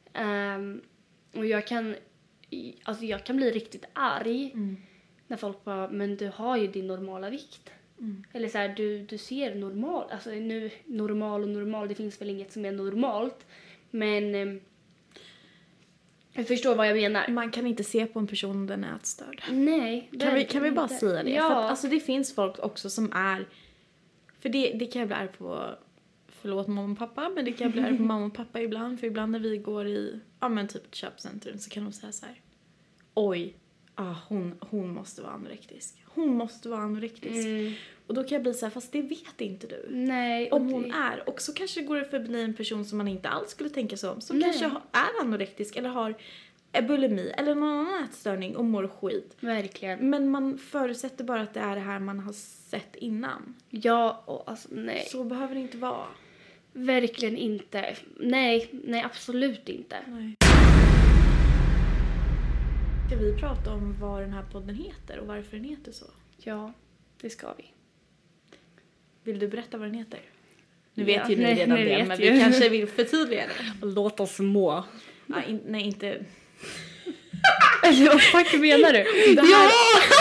Um, och jag kan, alltså jag kan bli riktigt arg mm. när folk bara, men du har ju din normala vikt. Mm. Eller så här, du, du ser normal, alltså nu normal och normal, det finns väl inget som är normalt. Men... Um, jag förstår vad jag menar. Man kan inte se på en person om den är ätstörd. Nej. Kan vi, kan vi bara inte. säga det? Ja. För att, alltså det finns folk också som är... För det, det kan jag bli arg på... Förlåt mamma och pappa. Men det kan jag bli arg på mamma och pappa ibland. För ibland när vi går i... Ja men typ ett köpcentrum så kan de säga så här. Oj. Ah, hon, hon måste vara anorektisk. Hon måste vara anorektisk. Mm. Och då kan jag bli så här, fast det vet inte du. Nej. Om hon det... är. Och så kanske det går förbi en person som man inte alls skulle tänka sig om. Som Nej. kanske är anorektisk eller har bulimi eller någon annan ätstörning och mår skit. Verkligen. Men man förutsätter bara att det är det här man har sett innan. Ja, och alltså nej. Så behöver det inte vara. Verkligen inte. Nej, nej absolut inte. Nej. Ska vi prata om vad den här podden heter och varför den heter så? Ja, det ska vi. Vill du berätta vad den heter? Nu ja, vet ju ni nej, redan nej, det, men vi kanske vill förtydliga det. Låt oss må. Ja, in, nej, inte... Eller vad fuck menar du? Det här... Ja!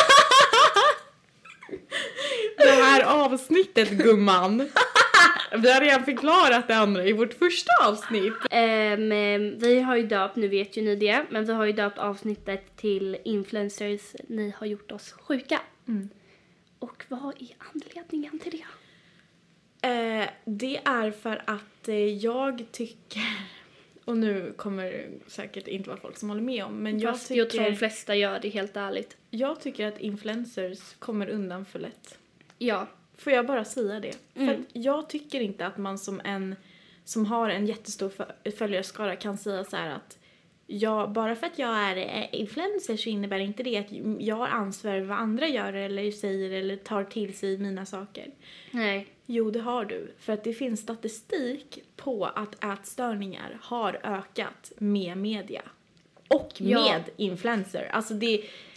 Det här avsnittet, gumman. Vi har redan förklarat det andra i vårt första avsnitt. Um, vi har ju döpt, nu vet ju ni det, men vi har ju döpt avsnittet till Influencers, ni har gjort oss sjuka. Mm. Och vad är anledningen till det? Eh, det är för att eh, jag tycker, och nu kommer det säkert inte vara folk som håller med om, men jag Fast tycker, jag tror de flesta gör det, helt ärligt. Jag tycker att influencers kommer undan för lätt. Ja. Får jag bara säga det? Mm. För att jag tycker inte att man som en som har en jättestor följarskara kan säga så här att jag, bara för att jag är influencer så innebär inte det att jag har ansvar vad andra gör eller säger eller tar till sig mina saker. Nej. Jo, det har du. För att det finns statistik på att ätstörningar har ökat med media. Och ja. med influencer. Alltså det,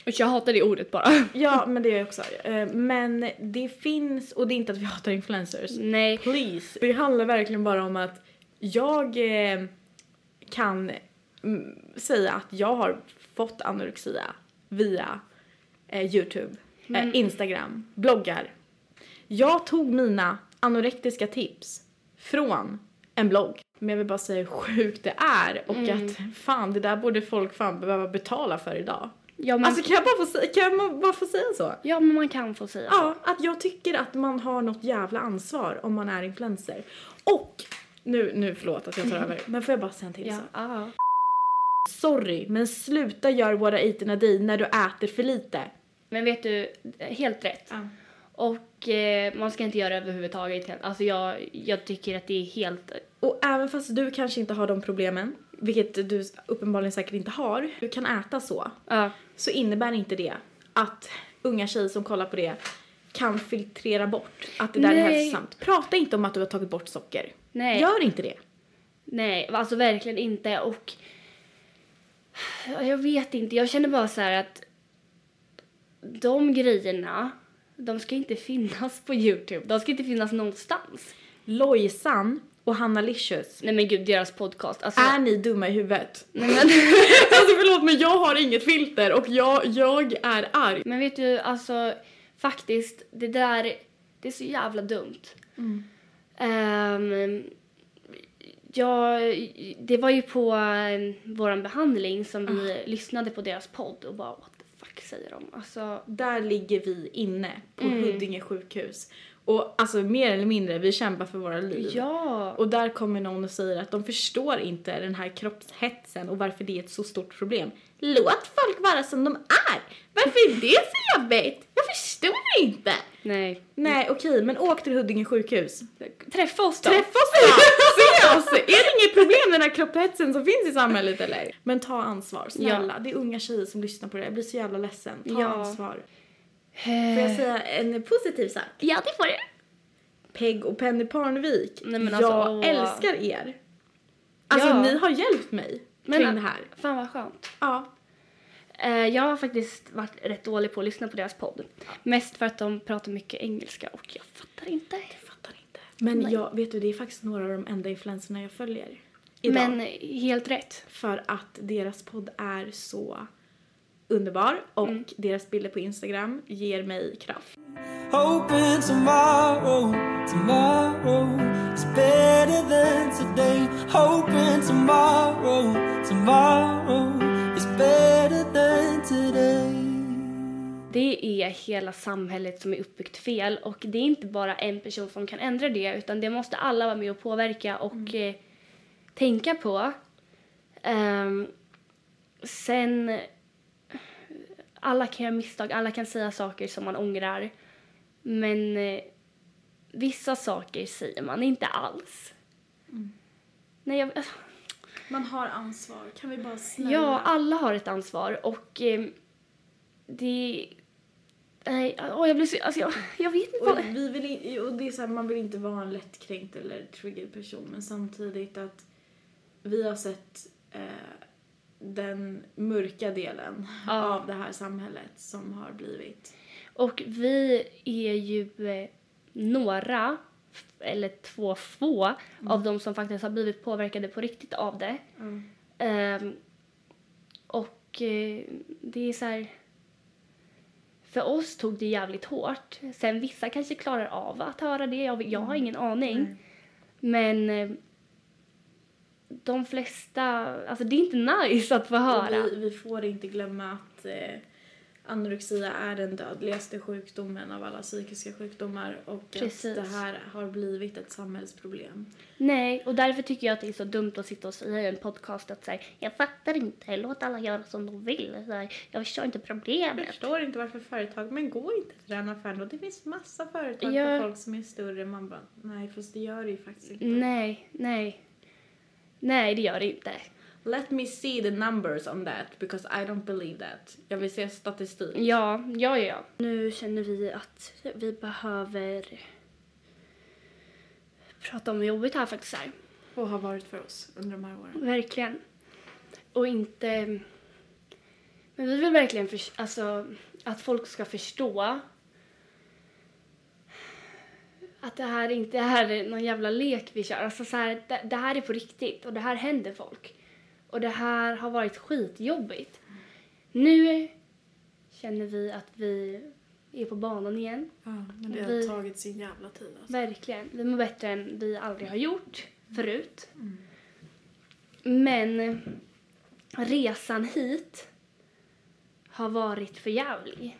Och jag hatar det ordet bara. Ja, men det gör jag också. Eh, Men det finns, och det är inte att vi hatar influencers. Nej. Please. Det handlar verkligen bara om att jag eh, kan mm, säga att jag har fått anorexia via eh, YouTube, Men- eh, Instagram, bloggar. Jag tog mina anorektiska tips från en blogg. Men jag vill bara säga hur sjukt det är. Och Mm. att fan, det där borde folk fan behöva betala för idag. Ja, men, Alltså kan jag bara få säga, kan jag bara få säga så? ja, men man kan få säga Ja, att jag tycker att man har något jävla ansvar om man är influencer. Och, nu, nu förlåt att jag tar över, men får jag bara säga en till så. så? Ja, ja. Sorry, men sluta gör what I eat in a day när du äter för lite. Men vet du, helt rätt. Ja. Och eh, man ska inte göra det överhuvudtaget. Alltså jag, jag tycker att det är helt... Och även fast du kanske inte har de problemen, vilket du uppenbarligen säkert inte har, du kan äta så, Ja. så innebär inte det att unga tjejer som kollar på det kan filtrera bort att det där är Nej. hälsosamt. Prata inte om att du har tagit bort socker. Nej. Gör inte det. Nej, alltså verkligen inte. Och jag vet inte, jag känner bara så här att de grejerna, de ska inte finnas på YouTube. De ska inte finnas någonstans. Lojsan och Hanna Licious. Nej men gud, deras podcast. Alltså, Är ni dumma i huvudet? nej, men, Alltså förlåt, men jag har inget filter och jag, jag är arg. men vet du, alltså faktiskt, det där, det är så jävla dumt. Mm. Ehm, ja, det var ju på uh, våran behandling som vi lyssnade på deras podd och bara, what the fuck säger de? Alltså, Där ligger vi inne på Mm. Huddinge sjukhus. Och alltså mer eller mindre, vi kämpar för våra liv. ja. Och där kommer någon och säger att de förstår inte den här kroppshetsen och varför det är ett så stort problem. Låt folk vara som de är. Varför är det så jobbigt? Jag förstår inte. Nej. Nej, okej, men åk till Huddinge sjukhus. Träffa oss då. Träffa oss då! Se oss! Är det inget problem med den här kroppshetsen som finns i samhället eller? Men ta ansvar, snälla. Ja. Det är unga tjejer som lyssnar på det. Jag blir så jävla ledsen. Ta Ja. ansvar. Får jag säga en positiv sak? Ja, det får du. Peg och Penny Parnevik. Nej, men alltså, jag åh. älskar er. Alltså Ja. ni har hjälpt mig Men- kring det här. Fan vad skönt. Ja. Eh, jag har faktiskt varit rätt dålig på att lyssna på deras podd. Mest för att de pratar mycket engelska och jag fattar inte. Jag fattar inte. Men Nej. jag, vet du, det är faktiskt några av de enda influencerna jag följer idag. Men helt rätt. För att deras podd är så underbar och Mm. deras bilder på Instagram ger mig kraft. Hoping tomorrow, tomorrow is better than today. Hoping tomorrow, tomorrow is better than today. Det är hela samhället som är uppbyggt fel och det är inte bara en person som kan ändra det utan det måste alla vara med och påverka och eh, tänka på. Ehm, sen, alla kan göra misstag, alla kan säga saker som man ångrar. Men eh, vissa saker säger man inte alls. Nej, jag, Man har ansvar. Kan vi bara snälla? ja, alla har ett ansvar och eh, det... Nej, åh, jag blir så... Alltså, jag, jag vet inte vad... Och, vi vill i, och det är så här, man vill inte vara en lättkränkt eller triggered person. Men samtidigt att vi har sett eh, den mörka delen Ja. av det här samhället som har blivit. Och vi är ju eh, några, eller två få, av de som faktiskt har blivit påverkade på riktigt av det. Mm. Ehm, och eh, det är så här... För oss tog det jävligt hårt. Sen vissa kanske klarar av att höra det. Jag, jag har ingen aning. Nej. Men eh, de flesta... Alltså det är inte nice att få höra. Och vi, vi får inte glömma att eh, anorexia är den dödligaste sjukdomen av alla psykiska sjukdomar. Och Precis. att det här har blivit ett samhällsproblem. Nej, och därför tycker jag att det är så dumt att sitta och säga i en podcast att säga jag fattar inte, låt alla göra som de vill. Så här, jag förstår inte Jag problemet. förstår inte varför företag, men gå inte till den affären. Och det finns massa företag Ja. för folk som är större. Man bara, nej fast det gör det ju faktiskt inte. Nej, nej. Nej, det gör det inte. Let me see the numbers on that because I don't believe that. Jag vill se statistik. Ja, ja, ja. Nu känner vi att vi behöver prata om hur jobbigt det här faktiskt är. Och har varit för oss under de här åren. Verkligen. Och inte Men vi vill verkligen för, alltså, att folk ska förstå att det här inte är någon jävla lek vi kör. Alltså så här, det, det här är på riktigt och det här händer folk. Och det här har varit skitjobbigt. Mm. Nu känner vi att vi är på banan igen. Ja, men det har vi, tagit sin jävla tid. Alltså. Verkligen. Vi mår bättre än vi aldrig har gjort förut. Mm. Men resan hit har varit för jävlig.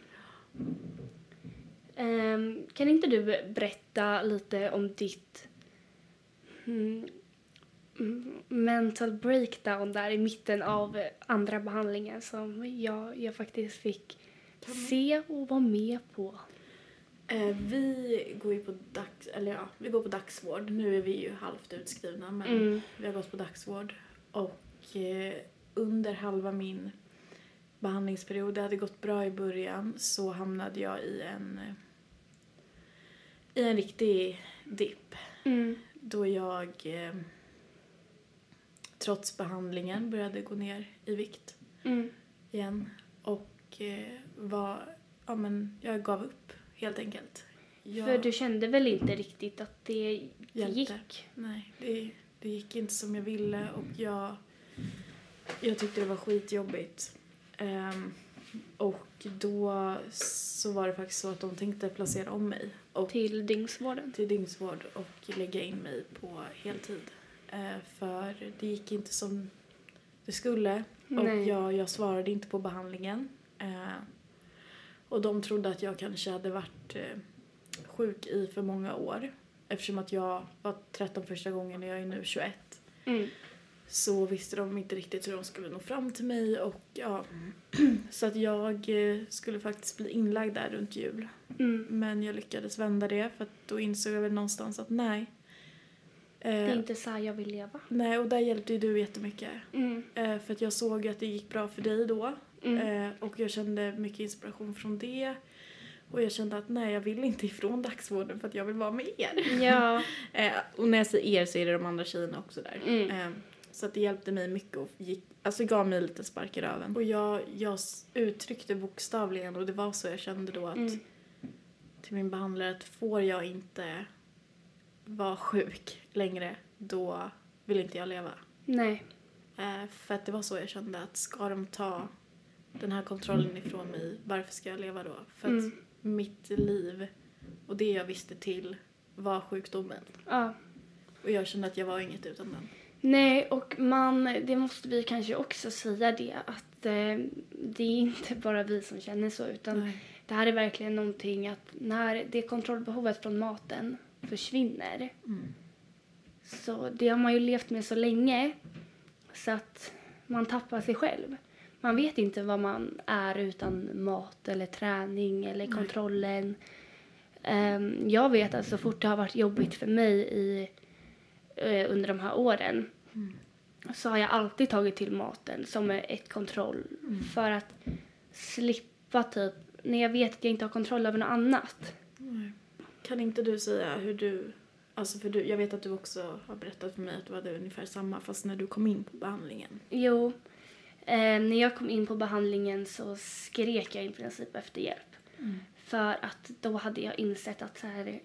Um, kan inte du berätta lite om ditt mm, mental breakdown där i mitten av andra behandlingen som jag, jag faktiskt fick se och vara med på? Eh, vi går ju på dags, eller ja, vi går på dagsvård. Nu är vi ju halvt utskrivna, men mm. vi har gått på dagsvård. Och eh, under halva min behandlingsperiod, det hade gått bra i början, så hamnade jag i en i en riktig dipp. Mm. Då jag eh, trots behandlingen började gå ner i vikt mm. igen. Och eh, var, ja men jag gav upp helt enkelt. Jag För du kände väl inte riktigt att det hjälpte. gick? Nej, det, det gick inte som jag ville och jag, jag tyckte det var skitjobbigt. Um, och då så var det faktiskt så att de tänkte placera om mig. Och till dygnsvården? Till dygnsvård och lägga in mig på heltid. Uh, för det gick inte som det skulle. Nej. Och jag, jag svarade inte på behandlingen. Uh, och de trodde att jag kanske hade varit uh, sjuk i för många år. Eftersom att jag var tretton första gången och jag är nu tjugoett. Mm. Så visste de inte riktigt hur de skulle nå fram till mig. Och ja, så att jag skulle faktiskt bli inlagd där runt jul. Mm. Men jag lyckades vända det. För att då insåg jag väl någonstans att nej. Det är eh, inte så här jag vill leva. Nej, och där hjälpte ju du jättemycket. Mm. Eh, för att jag såg att det gick bra för dig då. Mm. Eh, och jag kände mycket inspiration från det. Och jag kände att nej, jag vill inte ifrån dagsvården för att jag vill vara med er. Ja. eh, och när jag säger er så är det de andra tjejerna också där. Mm. Eh, Så att det hjälpte mig mycket och gick, alltså gav mig lite spark i röven. Och jag, jag uttryckte bokstavligen, och det var så jag kände då att mm. till min behandlare att får jag inte vara sjuk längre, då vill inte jag leva. Nej. Eh, för att det var så jag kände att ska de ta den här kontrollen ifrån mig, varför ska jag leva då? För mm. att mitt liv och det jag visste till var sjukdomen. Ja. Och jag kände att jag var inget utan den. Nej, och man, det måste vi kanske också säga det, att eh, det är inte bara vi som känner så, utan Nej. Det här är verkligen någonting att när det kontrollbehovet från maten försvinner, mm. så det har man ju levt med så länge så att man tappar sig själv. Man vet inte vad man är utan mat eller träning eller Nej. Kontrollen. Um, jag vet att så fort det har varit jobbigt för mig i under de här åren mm. så har jag alltid tagit till maten som ett kontroll mm. för att slippa typ när jag vet att jag inte har kontroll över något annat. Mm. Kan inte du säga hur du, alltså för du, jag vet att du också har berättat för mig att du hade ungefär samma fast när du kom in på behandlingen. Jo, eh, när jag kom in på behandlingen så skrek jag i princip efter hjälp. Mm. För att då hade jag insett att så här,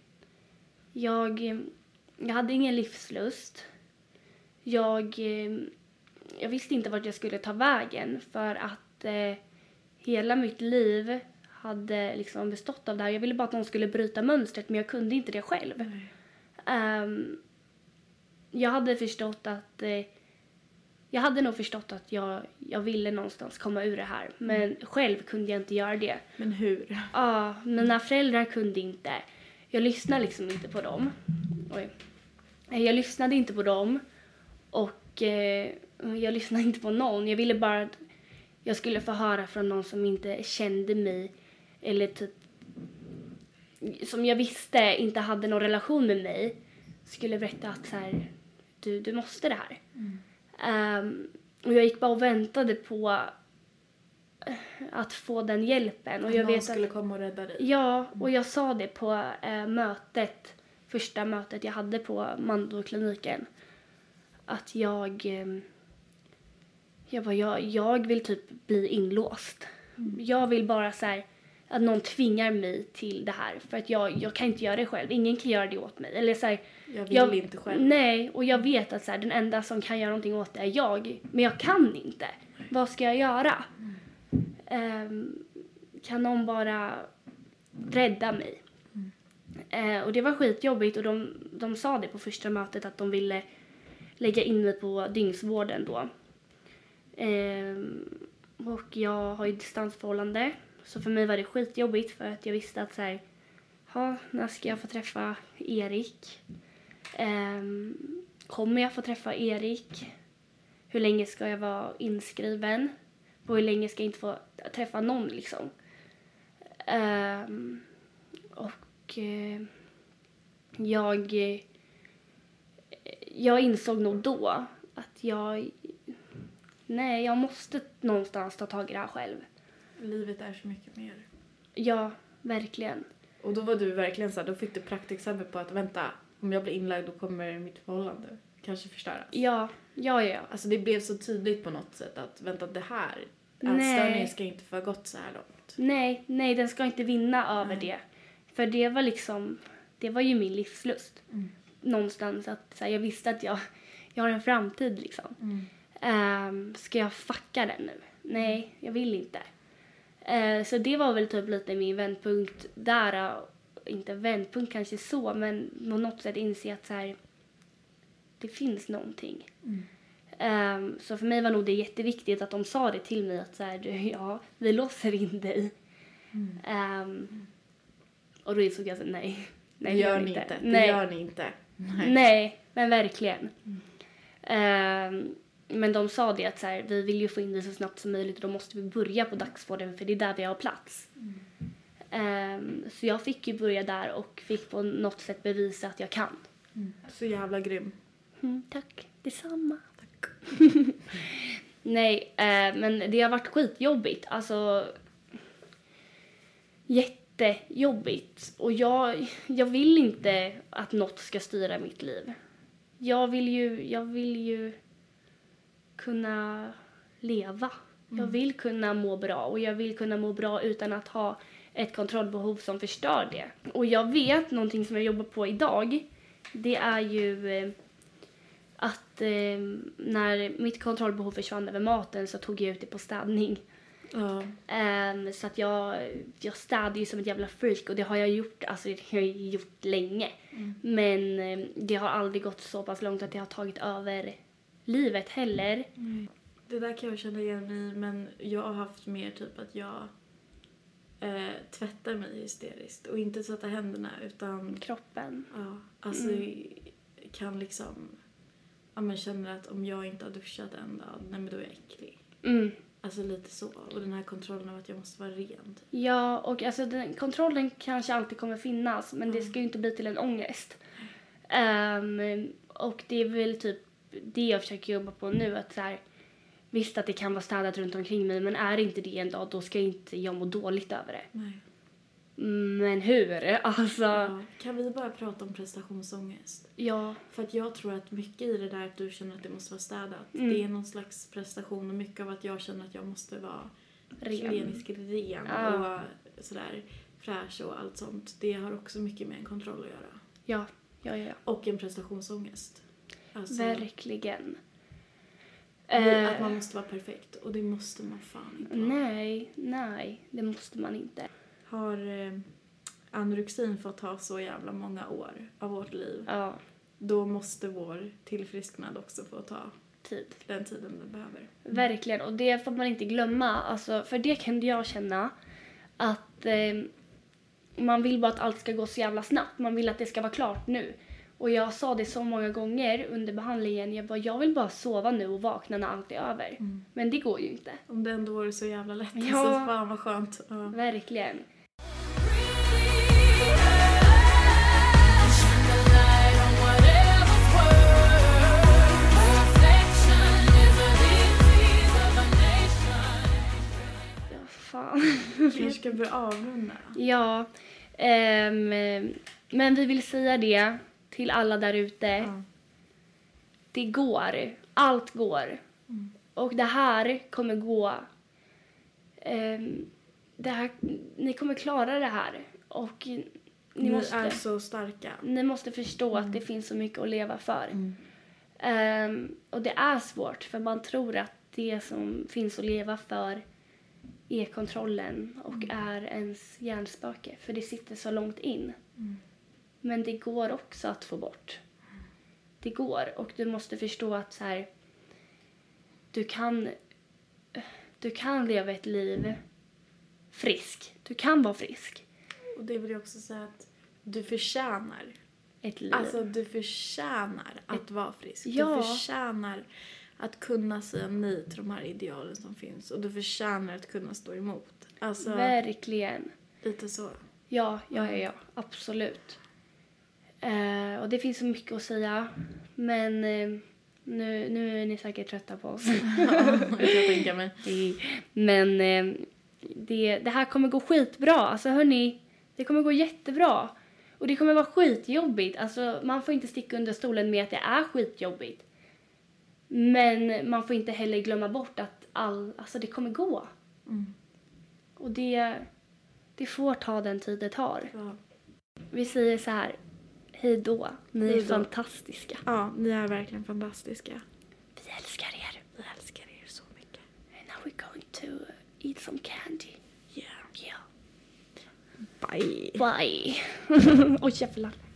jag Jag hade ingen livslust. Jag, jag visste inte vart jag skulle ta vägen för att eh, hela mitt liv hade liksom bestått av det här. Jag ville bara att någon skulle bryta mönstret men jag kunde inte det själv. Um, jag hade förstått att eh, jag hade nog förstått att jag, jag ville någonstans komma ur det här. Men mm. själv kunde jag inte göra det. Men hur? Ja, mina föräldrar kunde inte. Jag lyssnade liksom inte på dem. Oj. Jag lyssnade inte på dem och eh, jag lyssnade inte på någon. Jag ville bara att jag skulle få höra från någon som inte kände mig eller typ som jag visste inte hade någon relation med mig. Skulle berätta att så här, du, du måste det här. Mm. Um, och jag gick bara och väntade på att få den hjälpen. Och att jag någon vet skulle att, komma och rädda dig. Ja, och jag sa det på eh, mötet. Första mötet jag hade på Mandokliniken. Att jag... Eh, Jag bara, jag, jag vill typ bli inlåst. Mm. Jag vill bara så här, att någon tvingar mig till det här. För att jag, jag kan inte göra det själv. Ingen kan göra det åt mig. Eller så här, jag vill jag, inte själv. Nej, och jag vet att så här, den enda som kan göra någonting åt det är jag. Men jag kan inte. Vad ska jag göra? Mm. Um, kan någon bara rädda mig? Mm. Uh, och det var skitjobbigt. Och de, de sa det på första mötet att de ville lägga in mig på dygnsvården då. Um, och jag har ju distansförhållande. Så för mig var det skitjobbigt för att jag visste att så här, ja, när ska jag få träffa Erik? Um, kommer jag få träffa Erik? Hur länge ska jag vara inskriven? Och hur länge ska jag inte få träffa någon liksom? Um, och uh, jag, jag insåg nog då att jag, nej, jag måste någonstans ta tag i det här själv. Livet är så mycket mer. Ja, verkligen. Och då var du verkligen så här, då fick du praktexempel på att vänta, om jag blir inlagd då kommer mitt förhållande kanske förstöras. Ja, ja, ja. Alltså det blev så tydligt på något sätt att vänta, det här, ätstörningen ska inte få gått så här långt. Nej, nej, den ska inte vinna över nej. det. För det var liksom, det var ju min livslust. Mm. Någonstans att så här, jag visste att jag, jag har en framtid liksom. Mm. Um, ska jag fucka den nu? Nej, jag vill inte. Uh, så det var väl typ lite min vändpunkt där. Uh, inte vändpunkt kanske så, men på något sätt inse att så här, det finns någonting. Mm. Um, så för mig var nog det jätteviktigt att de sa det till mig att så här, ja, vi låser in dig. Mm. Um, och då insåg jag så nej. Nej, det gör ni inte. inte. Det nej. gör ni inte. Nej, nej men verkligen. Mm. Um, men de sa det att så här, vi vill ju få in dig så snabbt som möjligt och då måste vi börja på dagsvården för det är där vi har plats. Mm. Um, så jag fick ju börja där och fick på något sätt bevisa att jag kan. Mm. Så jävla grym. Mm, tack, detsamma. Tack. Nej, uh, men det har varit skitjobbigt. Alltså, jättejobbigt. Och jag, jag vill inte att något ska styra mitt liv. Jag vill ju, jag vill ju kunna leva. Mm. Jag vill kunna må bra. Och jag vill kunna må bra utan att ha ett kontrollbehov som förstör det. Och jag vet någonting som jag jobbar på idag. Det är ju eh, att eh, när mitt kontrollbehov försvann över maten så tog jag ut det på städning. Uh. Um, så att jag, jag städar ju som ett jävla freak och det har jag gjort, alltså det har jag gjort länge. Mm. Men um, det har aldrig gått så pass långt att det har tagit över livet heller. Mm. Det där kan jag känna igen i, men jag har haft mer typ att jag eh, tvättar mig hysteriskt och inte tvättar händerna utan kroppen. Ja, alltså mm. kan liksom, ja men känner att om jag inte har duschat en dag, nej men då är jag äcklig. Mm. Alltså lite så. Och den här kontrollen av att jag måste vara ren. Typ. Ja, och alltså den kontrollen kanske alltid kommer finnas. Men mm. det ska ju inte bli till en ångest. Um, och det är väl typ det jag försöker jobba på nu. Att så här, visst att det kan vara städat runt omkring mig. Men är inte det en dag, då ska inte jag må dåligt över det. Nej. Men hur? Alltså... Ja. Kan vi bara prata om prestationsångest? Ja. För att jag tror att mycket i det där att du känner att det måste vara städat. Mm. Det är någon slags prestation och mycket av att jag känner att jag måste vara klinisk ren ja. och sådär fräsch och allt sånt. Det har också mycket med en kontroll att göra. Ja, ja, ja. ja. Och en prestationsångest. Alltså, verkligen. Att man måste vara perfekt och det måste man fan inte vara. Nej, nej, det måste man inte. Har eh, anorexin fått ta så jävla många år av vårt liv. Ja. Då måste vår tillfrisknad också få ta tid. Den tiden den behöver. Mm. Verkligen, och det får man inte glömma. Alltså, för det kunde jag känna att eh, man vill bara att allt ska gå så jävla snabbt. Man vill att det ska vara klart nu. Och jag sa det så många gånger under behandlingen. Jag bara, jag vill bara sova nu och vakna när allt är över. Mm. Men det går ju inte. Om det ändå vore så jävla lätt. Ja. Så fan vad skönt. Ja. Verkligen. Ja, fan. Vi ska börja avrunda. Ja. Um, men vi vill säga det till alla där ute. Ja. Det går. Allt går. Mm. Och det här kommer gå... Eh, det här, ni kommer klara det här. Och ni, Ni måste, är så starka. ni måste förstå Mm. att det finns så mycket att leva för. Mm. Um, och det är svårt för man tror att det som finns att leva för är kontrollen och Mm. är ens hjärnspöke. För det sitter så långt in. Mm. Men det går också att få bort. Det går. Och du måste förstå att så här, du kan, du kan leva ett liv frisk. Du kan vara frisk. Och det vill jag också säga att du förtjänar. Ett liv. Alltså du förtjänar att vara frisk. Ja. Du förtjänar att kunna säga nej till de här idealen som finns. Och du förtjänar att kunna stå emot. Alltså Verkligen. lite så. Ja, ja, ja, ja. Absolut. Eh, och det finns så mycket att säga. Men eh, nu, nu är ni säkert trötta på oss. Ja, jag kan tänka mig. Men eh, det, det här kommer gå skitbra. Alltså hörni, det kommer gå jättebra. Och det kommer vara skitjobbigt. Alltså man får inte sticka under stolen med att det är skitjobbigt. Men man får inte heller glömma bort att all, alltså det kommer gå. Mm. Och det, det får ta den tid det tar. Ja. Vi säger så här, hej då. Ni är Hej då. fantastiska. ja, ni är verkligen fantastiska. Vi älskar er. Vi älskar er så mycket. And now we're going to eat some candy. Yeah. Yeah. Bye. Bye. Oj jävlar.